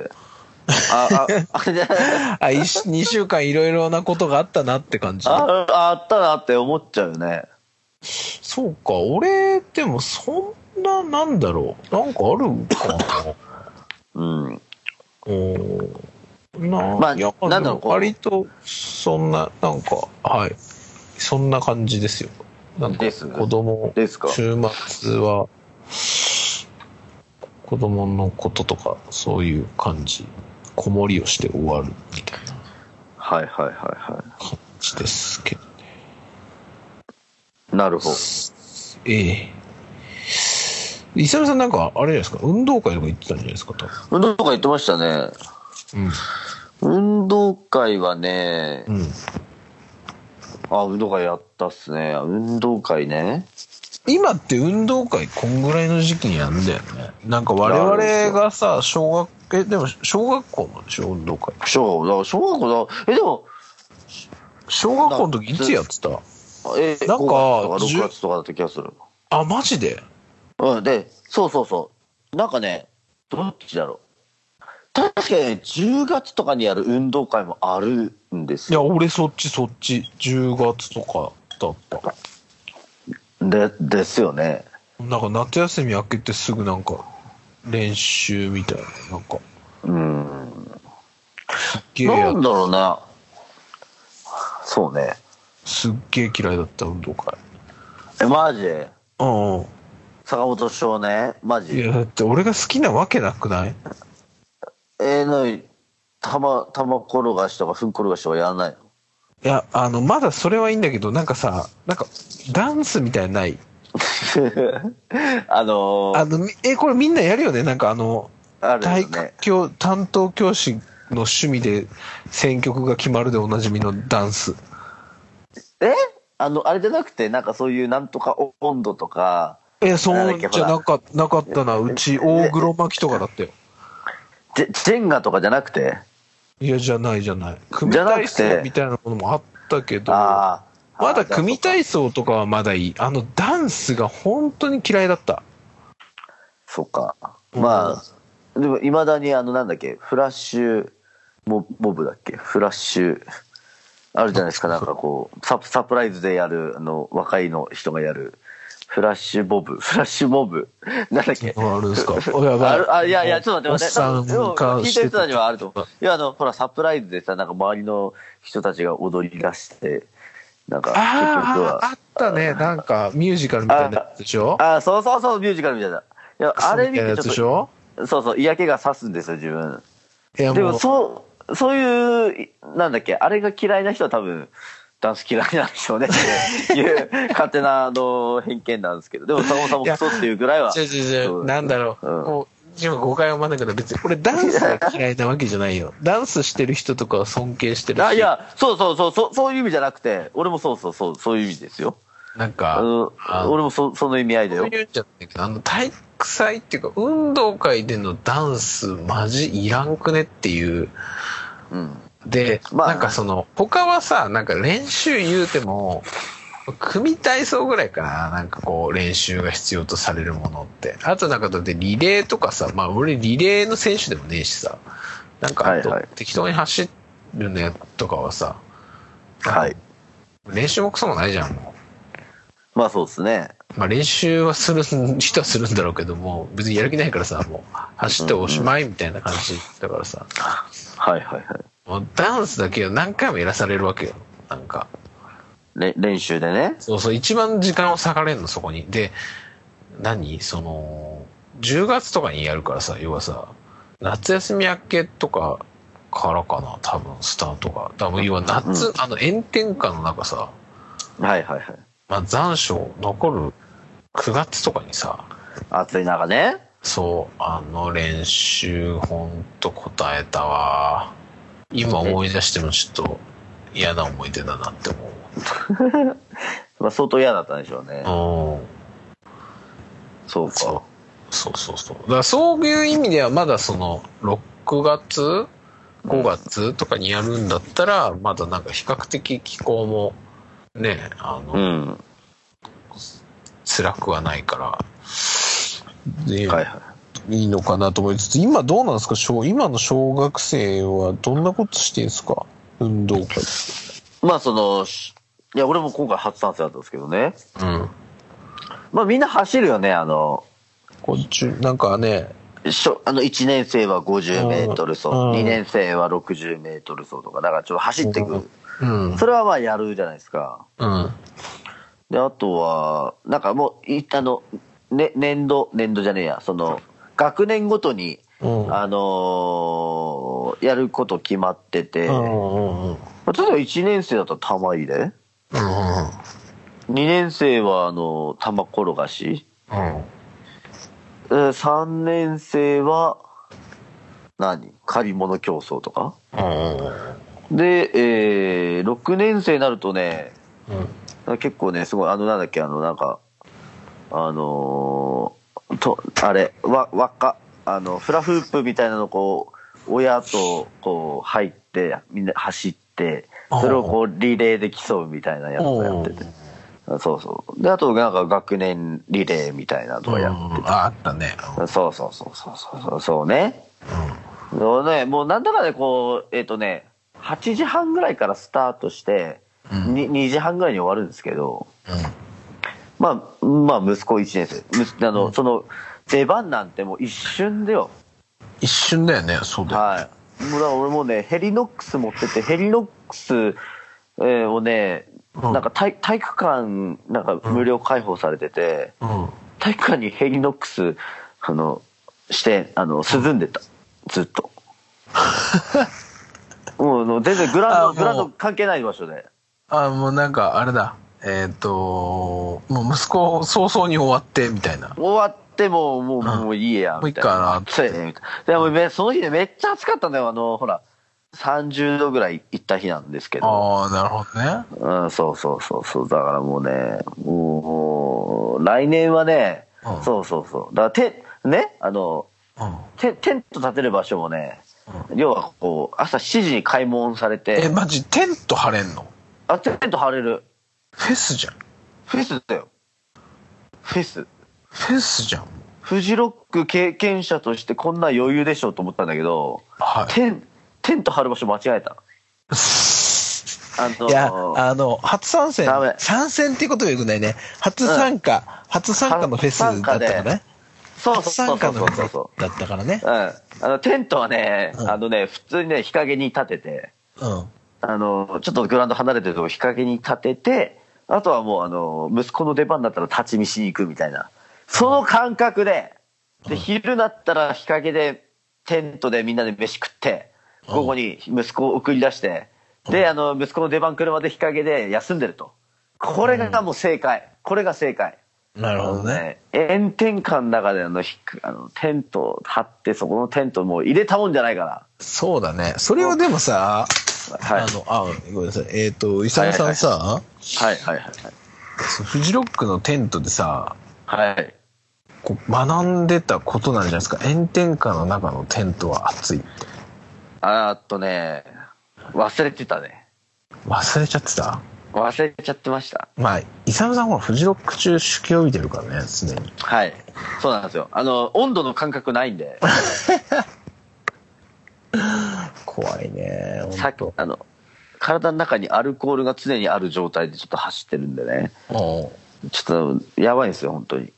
2週間いろいろなことがあったなって感じ。 あったなって思っちゃうよね。 そうか、俺、でもそんな、なんだろう。なんかあるかな。 うん。 まあ、いや、 なんだろう、 割と、そんな、なんか、はい。そんな感じですよ。なんか、子供、週末は、子供のこととか、そういう感じ。子守りをして終わるみたいな。 はいはいはいはい。 感じですけどね。 なるほど。 イサムさんなんか、あれじゃないですか、運動会とか行ってたんじゃないですか、多分。 運動会行ってましたね。うん。運動会はね、 うん。 運動会やったっすね。運動会ね。 今って運動会こんぐらいの時期にやるんだよね。なんか我々がさ、でも小学校のでしょ、運動会。 小学校だ。でも、 小学校の時いつやってた？なんか、 6月とかだった気がする。 あ、マジで？ うん、で、そう。なんかね、どっちだろう。確かに10月とかにやる運動会もあるんですよ。 いや、俺そっち。10月とかだった。 ですよね。 なんか夏休み明けてすぐなんか、練習みたいな、なんか。 なんだろうな。そうね。 すっげえ嫌いだった運動会。 マジで？ うん。 坂本翔ね、マジ。 いや、だって俺が好きなわけなくない？ 玉転がしとかふん転がしとかやらないの？ いや、まだそれはいいんだけど、なんかさ、なんか、ダンスみたいなない？これみんなやるよね、なんか体育担当教師の趣味で選曲が決まるでおなじみのダンス。 あれじゃなくて、なんかそういうなんとか温度とか。 そうじゃなかったな。うち大黒摩季とかだったよ。 ジェンガとかじゃなくて？ いや、じゃない。組体操みたいなものもあったけど、まだ組体操とかはまだいい。ダンスが本当に嫌いだった。 そっか。まあ、でもいまだになんだっけ、フラッシュモブだっけ、フラッシュ、あるじゃないですか、なんかこう、サプライズでやる、若いの人がやる。フラッシュモブ。なんだっけ。 あるんですか。 いや、ちょっと待って。聞いてる人たちはあると思う。いや、ほら、サプライズでさ、なんか周りの人たちが踊り出して、なんか、 あったね。なんか、ミュージカルみたいなやつでしょ？ そう、ミュージカルみたいな。いや、あれ見てちょっと、そう、嫌気がさすんですよ、自分。でも、そういう、なんだっけ、あれが嫌いな人は多分、ダンス嫌いなんでしょうねっていう勝手な偏見なんですけど、でも坂本さんもクソっていうぐらいは。 なんだろう。もう自分誤解を生まないけど、別に俺ダンスが嫌いなわけじゃないよ。ダンスしてる人とかは尊敬してるし。 いや、そういう意味じゃなくて、俺もそういう意味ですよ。 なんか、 俺もその意味合いだよ。 そういうんじゃないけど、体育祭っていうか、運動会でのダンスマジいらんくねっていう。で、なんか他はさ、なんか練習言うても、組体操ぐらいかな、なんかこう練習が必要とされるものって。あとなんかだってリレーとかさ、まあ俺リレーの選手でもねえしさ、なんかあと適当に走るのやとかはさ、練習もクソもないじゃん、もう。まあそうですね。 まあ練習はする人はするんだろうけども、別にやる気ないからさ、もう走っておしまいみたいな感じだからさ。もうダンスだけを何回もやらされるわけよ。なんか。 練習でね。 そう、一番時間を割かれんの、そこに。で、10月とかにやるからさ、要はさ、夏休み明けとかからかな、多分、スタートが。多分、要は夏、炎天下の中さ、まあ残暑残る9月とかにさ、 暑い中ね。 そう、練習、ほんと答えたわ。今思い出してもちょっと嫌な思い出だなって思う。 まあ相当嫌だったんでしょうね。そうか。 そう。だからそういう意味ではまだ6月5月とかにやるんだったら、まだなんか比較的気候もね、辛くはないから、いいのかなと思いつつ、今どうなんですか、今の小学生はどんなことしてんすか、運動会。 まあいや、俺も今回初参戦だったんですけどね。 うん。 まあみんな走るよね、 なんかね、 1年生は50メートル走、 うん 2年生は60メートル走とか、だからちょっと走っていく。 うん。 それはまあやるじゃないですか。 うん。 で、あとは、なんかもう、年度じゃねえや、学年ごとに、 うん、 やること決まってて、例えば1年生だと玉入れ、2年生は玉転がし、3年生は借り物競争とか、で、6年生になるとね、結構ね、すごい、なんだっけ、なんか、あれ、フラフープみたいなのこう、親とこう入って、みんな走って、それをこうリレーで競うみたいなやつをやってて。そうそう。で、あとなんか学年リレーみたいなのをやってて。 あったね。 そうね。もうなんだかね、こう、8時半ぐらいからスタートして、2時半ぐらいに終わるんですけど、まあ、息子1年生。その、出番なんてもう一瞬だよ。 一瞬だよね、そうだよね。 はい。もうだから俺もね、ヘリノックス持ってて、ヘリノックスをね、なんか体育館、なんか無料開放されてて、体育館にヘリノックス、して、涼んでた。ずっと。もう全然グラウンド関係ない場所で。 もうなんかあれだ。もう息子早々に終わってみたいな。 終わってもういいやもういいかなって。 でもその日ねめっちゃ暑かったんだよ。ほら30度ぐらい行った日なんですけど。 ああ、なるほどね。 そうだからもうね、もう来年はね、そうだからね、テント立てる場所もね、要はこう朝7時に開門されて。 マジテント張れんの？ テント張れる。 フェスじゃん。 フェスだよ。フェスじゃん。 フジロック経験者としてこんな余裕でしょと思ったんだけど、はい、テント張る場所間違えた。 いや、初参戦っていうことはよくないね。初参加のフェスだったからね。初参加のフェスだったからね。 テントはね、普通にね、日陰に立てて、ちょっとグラウンド離れてるとこ日陰に立てて、あとはもう息子の出番だったら立ち見しに行くみたいな、その感覚で、昼だったら日陰でテントでみんなで飯食って、午後に息子を送り出して、で息子の出番来るまで日陰で休んでると。これがもう正解。これが正解。 なるほどね。 炎天下の中でテントを張って、そこのテントもう入れたもんじゃないから。 そうだね。それはでもさ、ごめんなさい。イサムさんさ、フジロックのテントでさ、こう学んでたことなんじゃないですか。炎天下の中のテントは暑いって。 忘れてたね。 忘れちゃってた？ 忘れちゃってました。 まあ、イサムさんはフジロック中酒気帯びてるからね、すでに。 はい。そうなんですよ。温度の感覚ないんで。 怖いね。 体の中にアルコールが常にある状態でちょっと走ってるんでね。ちょっとやばいんですよ、本当に。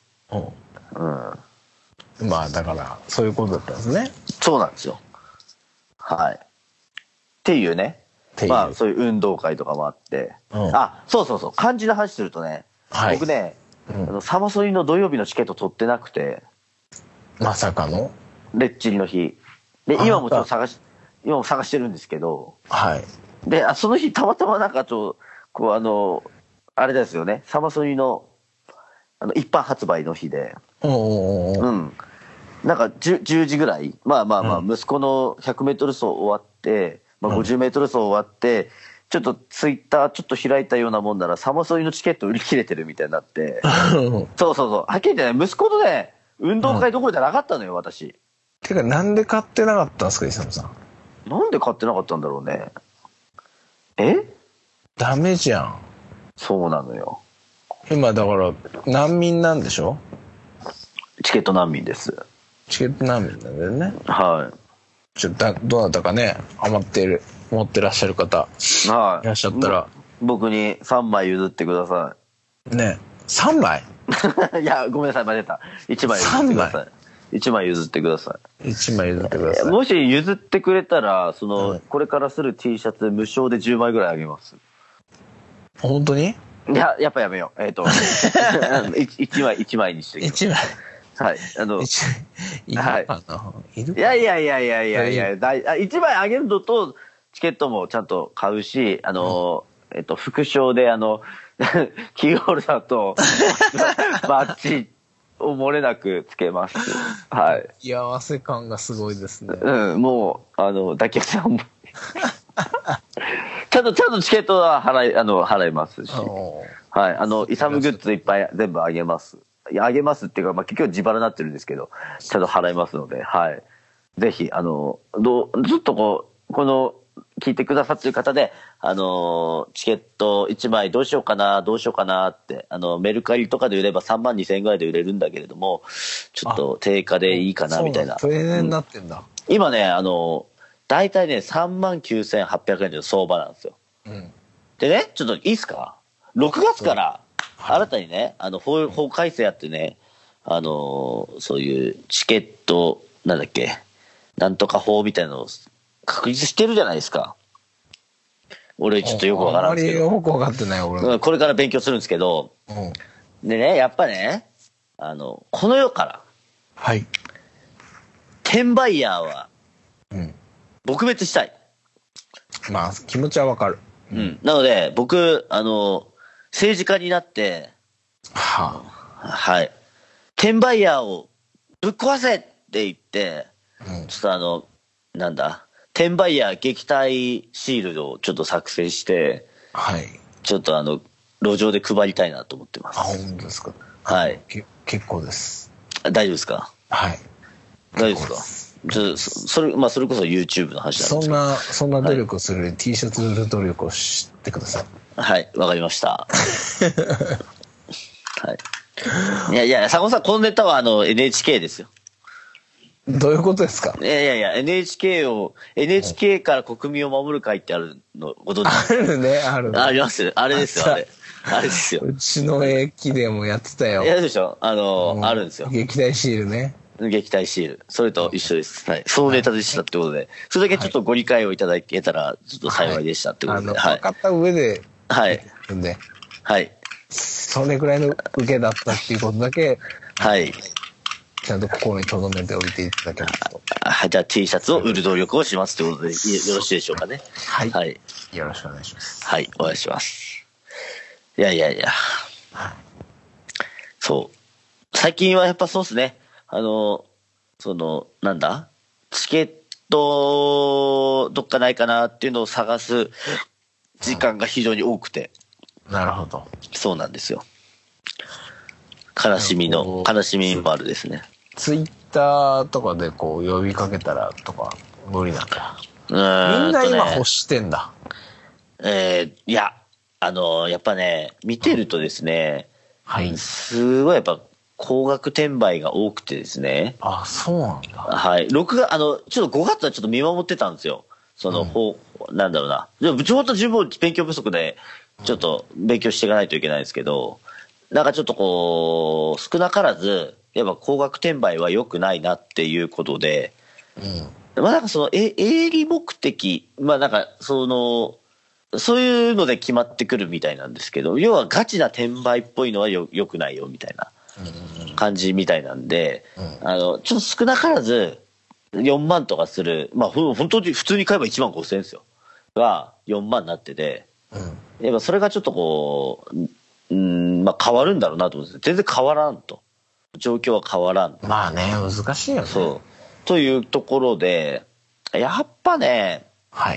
まあ、だから、そういうことだったんですね。 そうなんですよ。はい。っていうね。まあ、そういう運動会とかもあって。そう。漢字の話するとね、僕ね、サマソニの土曜日のチケット取ってなくて。 まさかのレッチリの日。で、今も探してるんですけど。 はい。 で、その日たまたまなんかあれですよね、サマソニの、一般発売の日で。なんか10時ぐらい、息子の100メートル走終わって、50メートル走終わって、ちょっとツイッターちょっと開いたようなもんなら、サマソニのチケット売り切れてるみたいになって。そう。はっきり言ってね、息子とね、運動会どころじゃなかったのよ、私。 てか、なんで買ってなかったんですか、イサムさん。 なんで買ってなかったんだろうね。 ダメじゃん。 そうなのよ。 今、だから、難民なんでしょ？ チケット難民です。 チケット難民なんだよね。 はい。 どうだったかね、持ってらっしゃる方、いらっしゃったら。 僕に3枚譲ってくださね、3枚い。いや、ごめんなさい、間違えた。1枚譲ってください。1枚譲ってください。 1枚譲ってください。 もし譲ってくれたら、これからする T シャツ無償で10枚ぐらいあげます。 本当に？ いや、やっぱやめよう。1枚にしてきます。 1枚。 はい。 いるかな？いるかな？ いや、1枚あげるのと、チケットもちゃんと買うし、副賞でキーホルダーと、バッジを漏れなくつけます。はい。 幸せ感がすごいですね。 うん、もう、抱き合わせはもう、ちゃんとチケットは払いますし、はい、イサムグッズいっぱい全部あげます。いや、あげますっていうか、まあ、結局自腹になってるんですけど、ちゃんと払いますので、はい。ぜひ、ずっとこの、聞いてくださってる方で、チケット1枚どうしようかなって、メルカリとかで売れば32,000円ぐらいで売れるんだけれども、ちょっと定価でいいかなみたいな。 プレゼンになってんだ。 今ね、大体ね、39,800円という相場なんですよ。うん、でね、ちょっといいですか？ 6 月から新たにね、法改正やってね、そういうチケット、なんとか法みたいなのを確立してるじゃないですか。俺ちょっとよくわからんですけど。 あまりよくわかってない俺。 これから勉強するんですけど、でね、やっぱね、この世から、 はい。 転売ヤーは、撲滅したい。 まあ、気持ちはわかる。 なので、僕、政治家になって、はい。転売ヤーをぶっ壊せって言って、ちょっと転売ヤー撃退シールドをちょっと作成して、はい。ちょっと路上で配りたいなと思ってます。 あ、本当ですか。 はい。 結構です。 大丈夫ですか？ はい。 大丈夫ですか？それこそ YouTube の話なんですけど。 そんな努力をするより T シャツ売る努力をしてください。 はい、わかりました。はい。いや、坂本さん、このネタはNHK ですよ。 どういうことですか？ いや、NHK から国民を守る会ってあるの、ご存知？ あるね、あるね。 あります。あれですよ、あれですよ。 うちの駅でもやってたよ。 やるでしょ？あるんですよ。 撃退シールね。 撃退シール。それと一緒です。はい。そのネタでしたってことで、それだけちょっとご理解をいただけたら、ちょっと幸いでしたってことで。 分かった上で、 はい。はい。 それぐらいの受けだったっていうことだけ、 はい。 ちゃんと心に留めておいていただけますと。 はい、じゃあ T シャツを売る努力をしますということで、よろしいでしょうかね。 はい。はい。よろしくお願いします。 はい、お願いします。いや。そう。最近はやっぱそうですね。チケットどっかないかなっていうのを探す時間が非常に多くて。 なるほど。 そうなんですよ。悲しみもあるですね。 ツイッターとかでこう呼びかけたらとか無理なんだ。みんな今欲してんだ。 いや、やっぱね、見てるとですね、 はい。 すごいやっぱ高額転売が多くてですね。 あ、そうなんだ。 はい。ちょっと5月はちょっと見守ってたんですよ。なんだろうな。でも、ちょっと自分勉強不足で、ちょっと勉強していかないといけないんですけど、なんかちょっとこう、少なからず、やっぱ高額転売は良くないなっていうことで、まあなんか営利目的、まあなんかそういうので決まってくるみたいなんですけど、要はガチな転売っぽいのは良くないよみたいな感じみたいなんで、ちょっと少なからず4万とかする、まあ本当に普通に買えば1万5千円ですよ。が4万になってて、やっぱそれがちょっとこう、まあ変わるんだろうなと思うんです。全然変わらんと。状況は変わらん。 まあね、難しいよね。 そう。というところで、やっぱね、 はい。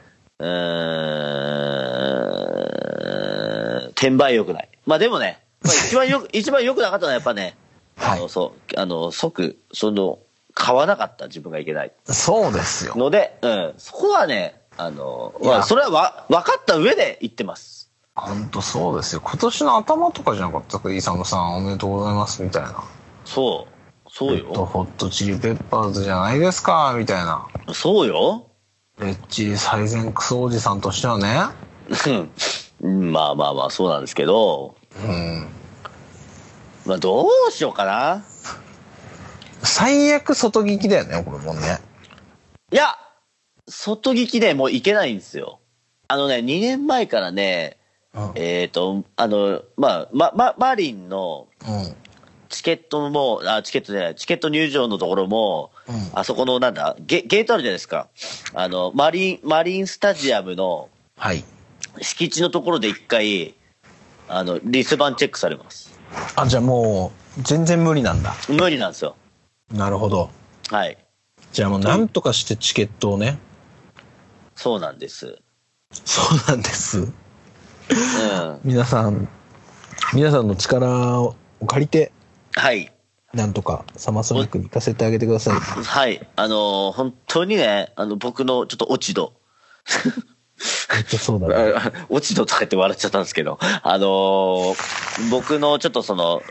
転売良くない。まあでもね、まあ、一番良くなかったのはやっぱね、 はい、 即、買わなかった自分がいけない。 そうですよ。 ので、そこはね、まあ、それは分かった上で言ってます。 本当そうですよ。今年の頭とかじゃなかったか、イサムさんおめでとうございますみたいな。 そうよ。 ホットチリペッパーズじゃないですかみたいな。 そうよ。 レッチリ最善クソおじさんとしてはね。 まあまあまあ、そうなんですけど、まあ、どうしようかな。 最悪外聞きだよね、これもね。 いや、外聞きでもういけないんですよ。2年前からね、マリンのチケットも、チケット入場のところも、あそこのゲートあるじゃないですか。マリンスタジアムの、敷地のところで一回、リス板チェックされます。 あ、じゃあもう、全然無理なんだ。 無理なんですよ。 なるほど。 はい。 じゃあもうなんとかしてチケットをね。 そうなんです。 そうなんです。皆さんの力を借りて、 はい。 なんとかサマーソニックに行かせてあげてください。 はい。本当にね、僕のちょっと落ち度。 そうだね。 落ち度とか言って笑っちゃったんですけど、僕のちょっとその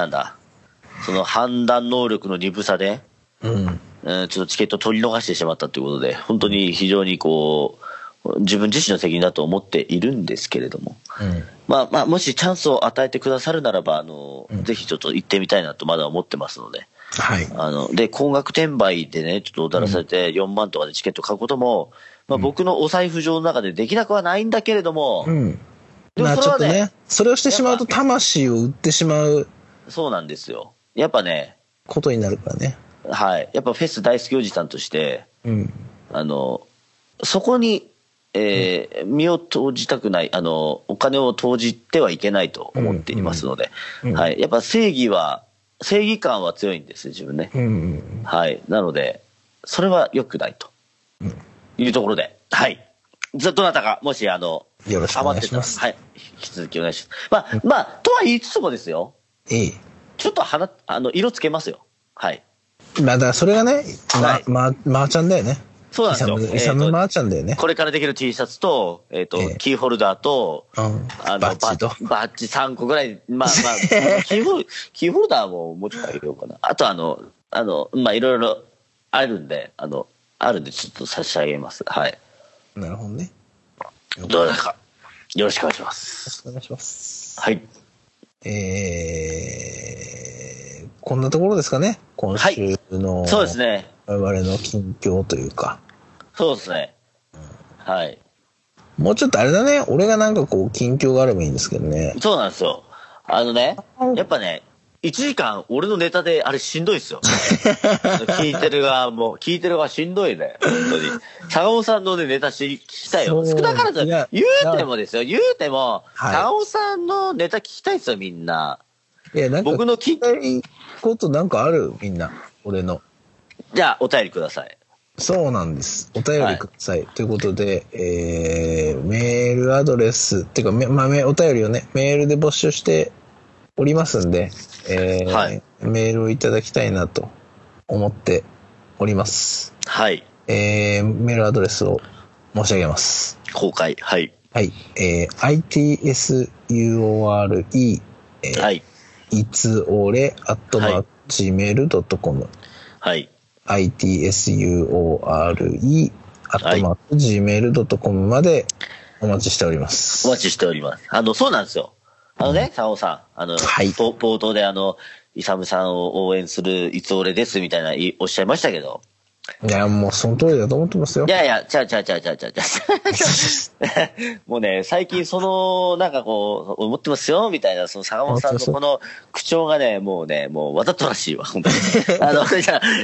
判断能力の鈍さで、ちょっとチケット取り逃してしまったということで、本当に非常に自分自身の責任だと思っているんですけれども、まあ、もしチャンスを与えてくださるならば、ぜひちょっと行ってみたいなとまだ思ってますので、で、高額転売でね、ちょっと踊らされて4万とかでチケット買うことも、僕のお財布上の中でできなくはないんだけれども、 でもそれはね、ちょっとね、それをしてしまうと魂を売ってしまう。 そうなんですよ。やっぱね、 ことになるからね。 はい。やっぱフェス大好きおじさんとして、そこに、身を投じたくない、お金を投じてはいけないと思っていますので、はい。やっぱ正義感は強いんです、自分ね。はい。なので、それは良くないというところで、はい。どなたか、もし、よろしくお願いします。 はい。引き続きお願いします。まあ、とは言いつつもですよ。ちょっと色つけますよ。はい。 まあ、だからそれがね、まーちゃんだよね。 そうなんですよ。 イサムまーちゃんだよね。 これからできる T シャツと、キーホルダーと、 バッジ3個ぐらい、まあ、キーホルダーももうちょっとあげようかな。あとまあ、いろいろあるんで、ちょっと差し上げます。はい。 なるほどね。 どうですか。よろしくお願いします。 よろしくお願いします。 はい。 こんなところですかね。今週の、 そうですね。 我々の近況というか。 そうですね。はい。 もうちょっとあれだね。俺がなんか近況があればいいんですけどね。 そうなんですよ。やっぱね、1時間俺のネタであれしんどいですよ。聞いてる側しんどいね。本当に。坂本さんのね、ネタ聞きたいよ。少なからず、言うても、坂本さんのネタ聞きたいですよ、みんな。 いや、なんか僕の聞きたいことなんかあるみんな。俺の。 じゃあ、お便りください。 そうなんです。お便りください。ということで、メールアドレス、っていうか、お便りをね、メールで募集しておりますんで、メールをいただきたいなと思っております。 はい。 メールアドレスを申し上げます。 公開。はい。 はい。itsure、いつおれ、@gmail.com。 はい。 itsure、@gmail.com までお待ちしております。 お待ちしております。そうなんですよ。佐尾さん、冒頭でイサムさんを応援するいつ俺ですみたいなおっしゃいましたけど。 いや、もうその通りだと思ってますよ。 いや、ちゃう。もうね、最近思ってますよ、みたいな、坂本さんのこの口調がね、もうわざとらしいわ、本当に。ちゃう、こ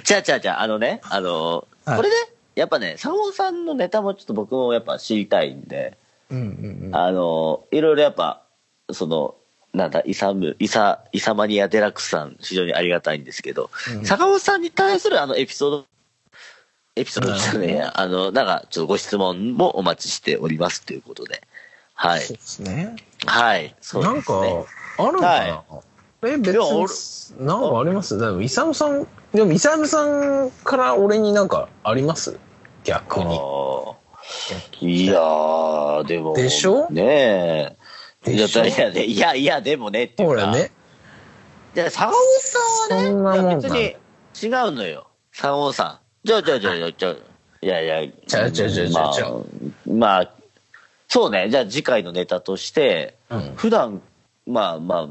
れね、やっぱね、坂本さんのネタもちょっと僕もやっぱ知りたいんで、いろいろやっぱ、イサマニアデラックスさん、非常にありがたいんですけど、坂本さんに対するエピソードですね、ちょっとご質問もお待ちしておりますということで。はい。 そうですね。 はい。そうですね。 なんか、あるのかな、別に、なんかあります？でも、イサムさんから俺になんかあります？逆に。 いやー、でも。 でしょ？ ねえ。いや、でもねっていうか。ほらね。じゃあ、坂本さんはね、別に違うのよ。坂本さん。じゃあ。まあ、 そうね。じゃあ次回のネタとして、普段、まだ、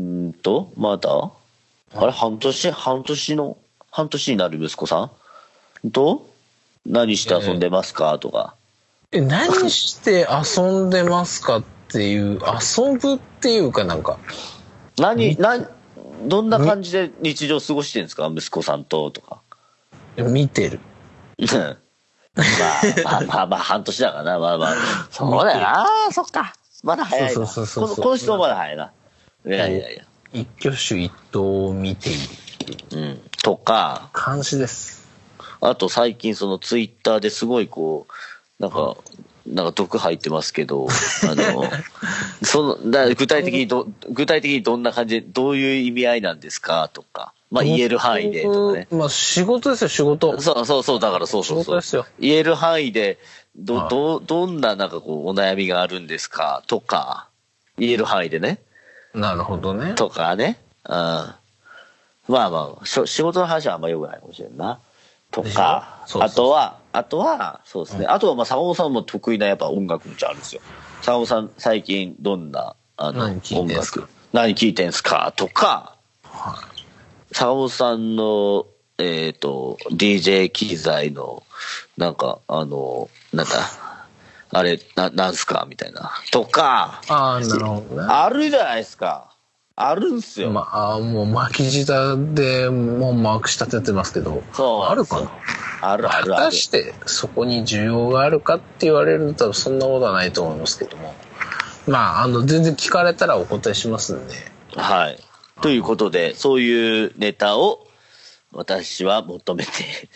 あれ、半年になる息子さんと、何して遊んでますかとか。 何して遊んでますかっていう、遊ぶっていうかなんか。 どんな感じで日常過ごしてるんですか息子さんとか。 見てる。 まあ、半年だからな。まあ。そうだよな。そっか。まだ早いな。 そう。 この人もまだ早いな。いや。 一挙手一投を見ている。 とか。 監視です。 あと最近そのツイッターですごいこう、なんか毒入ってますけど、具体的にどんな感じで、どういう意味合いなんですかとか。まあ言える範囲でとかね。 まあ仕事ですよ、仕事。 そう、だからそう。仕事ですよ。 言える範囲で、どんななんかこう、お悩みがあるんですかとか、言える範囲でね。 なるほどね。 とかね。まあ、仕事の話はあんま良くないかもしれんな。とか、あとは、そうですね。あとは、坂本さんも得意なやっぱ音楽もあるんですよ。坂本さん、最近どんな、音楽、何聴いてんすかとか、坂本さんの、DJ 機材の、なんか、あれ、なんすかみたいな。とか、 なるほどね。 あるじゃないですか。あるんすよ。 もう巻き舌でもうまくし立ててますけど。 そう。 あるかな？ ある。 果たしてそこに需要があるかって言われるとそんなことはないと思いますけども。全然聞かれたらお答えしますんで。 はい。ということで、そういうネタを私は求めて。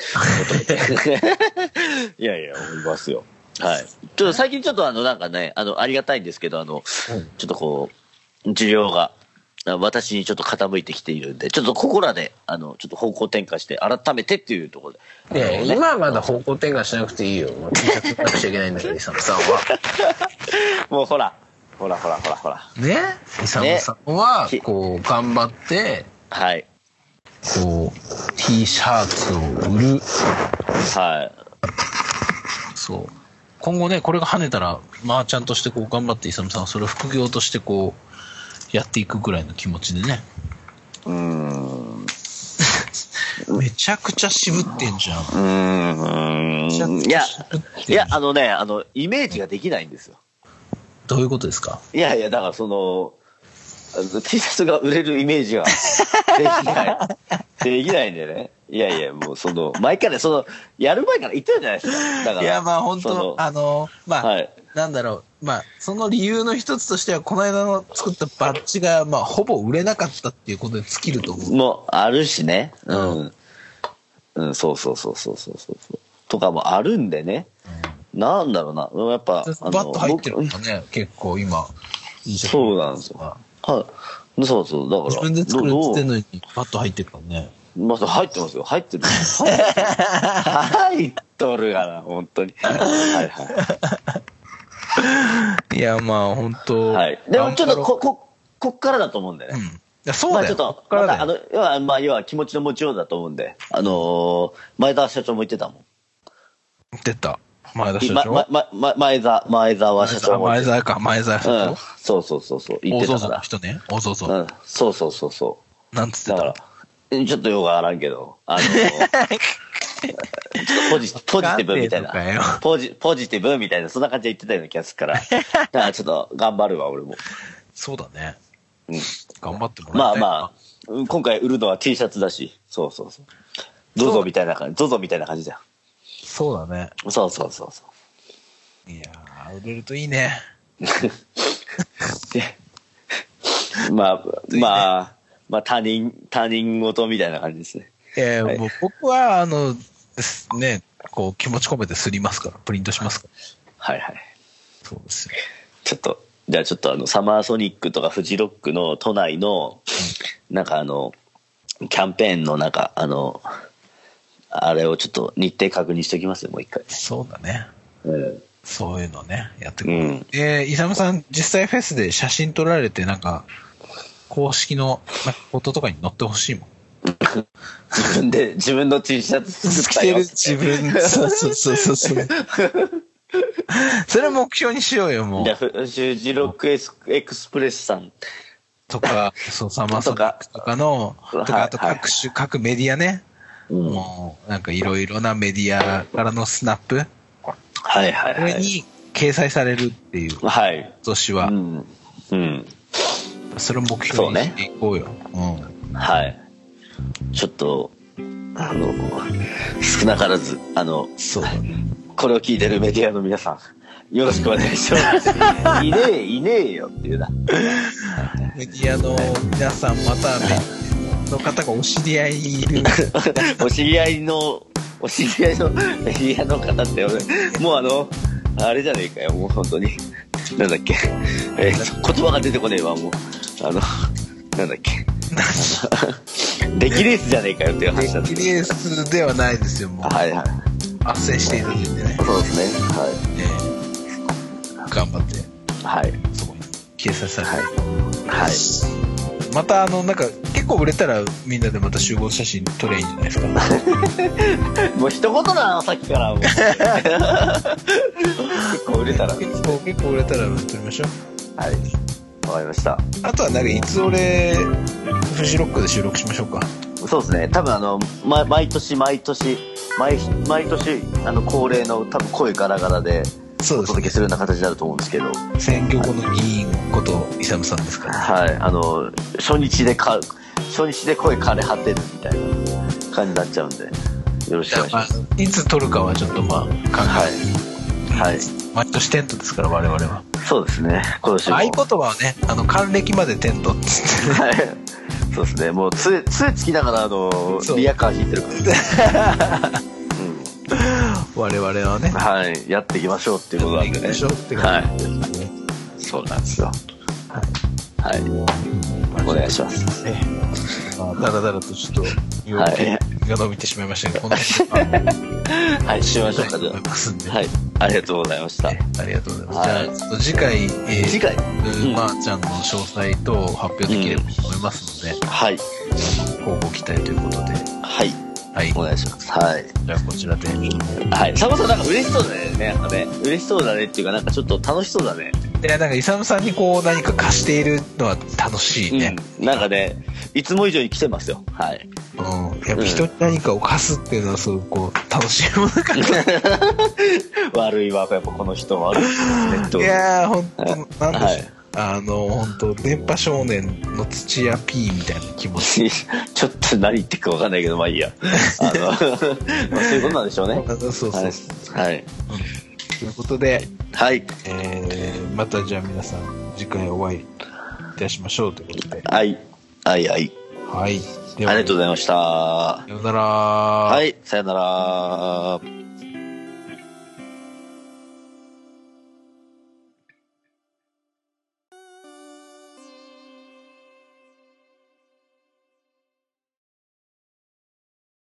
いや、思いますよ。はい。ちょっと最近ちょっとなんかね、ありがたいんですけど、ちょっとこう、需要が、私にちょっと傾いてきているんで、ちょっとここらで、ちょっと方向転換して、改めてっていうところで。今はまだ方向転換しなくていいよ。もう T シャツなくちゃいけないんだから、イサムさんは。 もうほら。 ね、イサムさんは、こう、頑張って、 はい。 こう、T シャツを売る。 はい。 そう。今後ね、これが跳ねたら、ちゃんとしてこう、頑張ってイサムさんはそれを副業としてこう、やっていくぐらいの気持ちでね。めちゃくちゃ渋ってんじゃん。 いや、イメージができないんですよ。 どういうことですか？ いや、だからその、T シャツが売れるイメージができないんでね。いや、もう前からやる前から言ってたじゃないですか。だから。 本当はい、なんだろう。その理由の一つとしては、この間の作ったバッジが、ほぼ売れなかったっていうことで尽きると思う。 もう、あるしね。そう。とかもあるんでね。なんだろうな。やっぱ、 バット入ってるんだね、結構今。 そうなんですよ。はい。そう。だから。 自分で作るって言ってんのに、バット入ってるからね。 入ってますよ。入ってる。入っとるがな、本当に。はい。 いや、本当。 はい。でもちょっとこっからだと思うんでね。 そうだよ。 ちょっと、要は気持ちの持ちようだと思うんで、前澤社長も言ってたもん。 出た。前田社長前澤社長も。 前澤社長、 そう。言ってたから。 の人ね。そう。 そう。 なんつってた。 だから、ちょっとよくわからんけど、ちょっとポジティブみたいな。ポジティブみたいな、そんな感じで言ってたような気がするから。だからちょっと頑張るわ、俺も。 そうだね。頑張ってもらって。 今回売るのは T シャツだし、そう。ZOZO みたいな感じだよ。 そうだね。 そう。 いやー、売れるといいね。 他人事みたいな感じですね。 もう僕は、ね、こう気持ち込めてすりますから、プリントしますから。 はい。 そうですよ。 ちょっとサマーソニックとかフジロックの都内の、なんかキャンペーンのあれをちょっと日程確認しておきますよ、もう一回。 そうだね。そういうのね、やってくる。 イサムさん、実際フェスで写真撮られて、公式のフォトとかに載ってほしいもん。 自分の T シャツ作ったよ。 自分、そう。 それ目標にしようよ、もう。 じゃあ、フジロックエクスプレスさん。 とか、そう、サマーソニックとかの、とか、あと各メディアね。もう、なんかいろいろなメディアからのスナップ。 はいはいはい。 これに掲載されるっていう。 はい。 今年は。それを目標にしていこうよ。 はい。ちょっと、少なからず、 そう。 これを聞いてるメディアの皆さん、よろしくお願いします。いねえよっていうな。 メディアの皆さん、またはメディアの方がお知り合いにいる。 お知り合いのメディアの方って俺、もうあれじゃねえかよ、もう本当に。なんだっけ。言葉が出てこねえわ、もう。なんだっけ。出来レースじゃねえかよっていう話なんです。 出来レースではないですよ、もう。 はいはい。 斡旋しているんでね。 そうですね。はい。 頑張って。 はい。 そこに掲載されて。 はい。 またなんか結構売れたらみんなでまた集合写真撮ればいいんじゃないですか。 もう一言だな、さっきから。もう結構売れたら。 結構売れたら撮りましょう。 はい。わかりました。 あとはなんかいつ俺フジロックで収録しましょうか。 そうですね。多分毎年恒例の多分声ガラガラでお届けするような形になると思うんですけど。 選挙後の議員ことイサムさんですから、 ね。はい。初日で声枯れ果てるみたいな感じになっちゃうんで、よろしくお願いします。 いつ撮るかはちょっと考えて。はい。毎年テントですから我々は。 そうですね。今年も。 合言葉はね、還暦までテントっつって。 はい。そうですね。もう杖つきながらリアカー引いてるから。 我々はね。 はい。やっていきましょうっていうことなんでね。 やっていきましょうって感じですね。 そうなんですよ。はい。お願いします。 だらだらとちょっと、が伸びてしまいましたけど、 はい、しましょうか、じゃあ。はい。ありがとうございました。 ありがとうございます。じゃあ、次回、まーちゃんの詳細と発表できればと思いますので、 はい。 交互期待ということで。 はい。はい。お願いします。はい。 じゃあ、こちらで。 はい。サボさんなんか嬉しそうだね。なんかね。嬉しそうだねっていうか、なんかちょっと楽しそうだね。 なんか、イサムさんに何か貸しているのは楽しいね。 なんかね、いつも以上に来てますよ。はい。 やっぱ人に何かを貸すっていうのはすごく楽しいものかな。 悪いわ、やっぱこの人悪い。 いやー、ほんと、なんでしょう。ほんと、電波少年の土屋 P みたいな気持ち。 ちょっと何言ってるか分かんないけど、まあいいや。そういうことなんでしょうね。 そう。 はい。 ということで、 はい。 またじゃあ皆さん、次回お会いいたしましょうということで。 はい。はい。はい。 はい。 ありがとうございました。 さよなら。 はい。さよなら。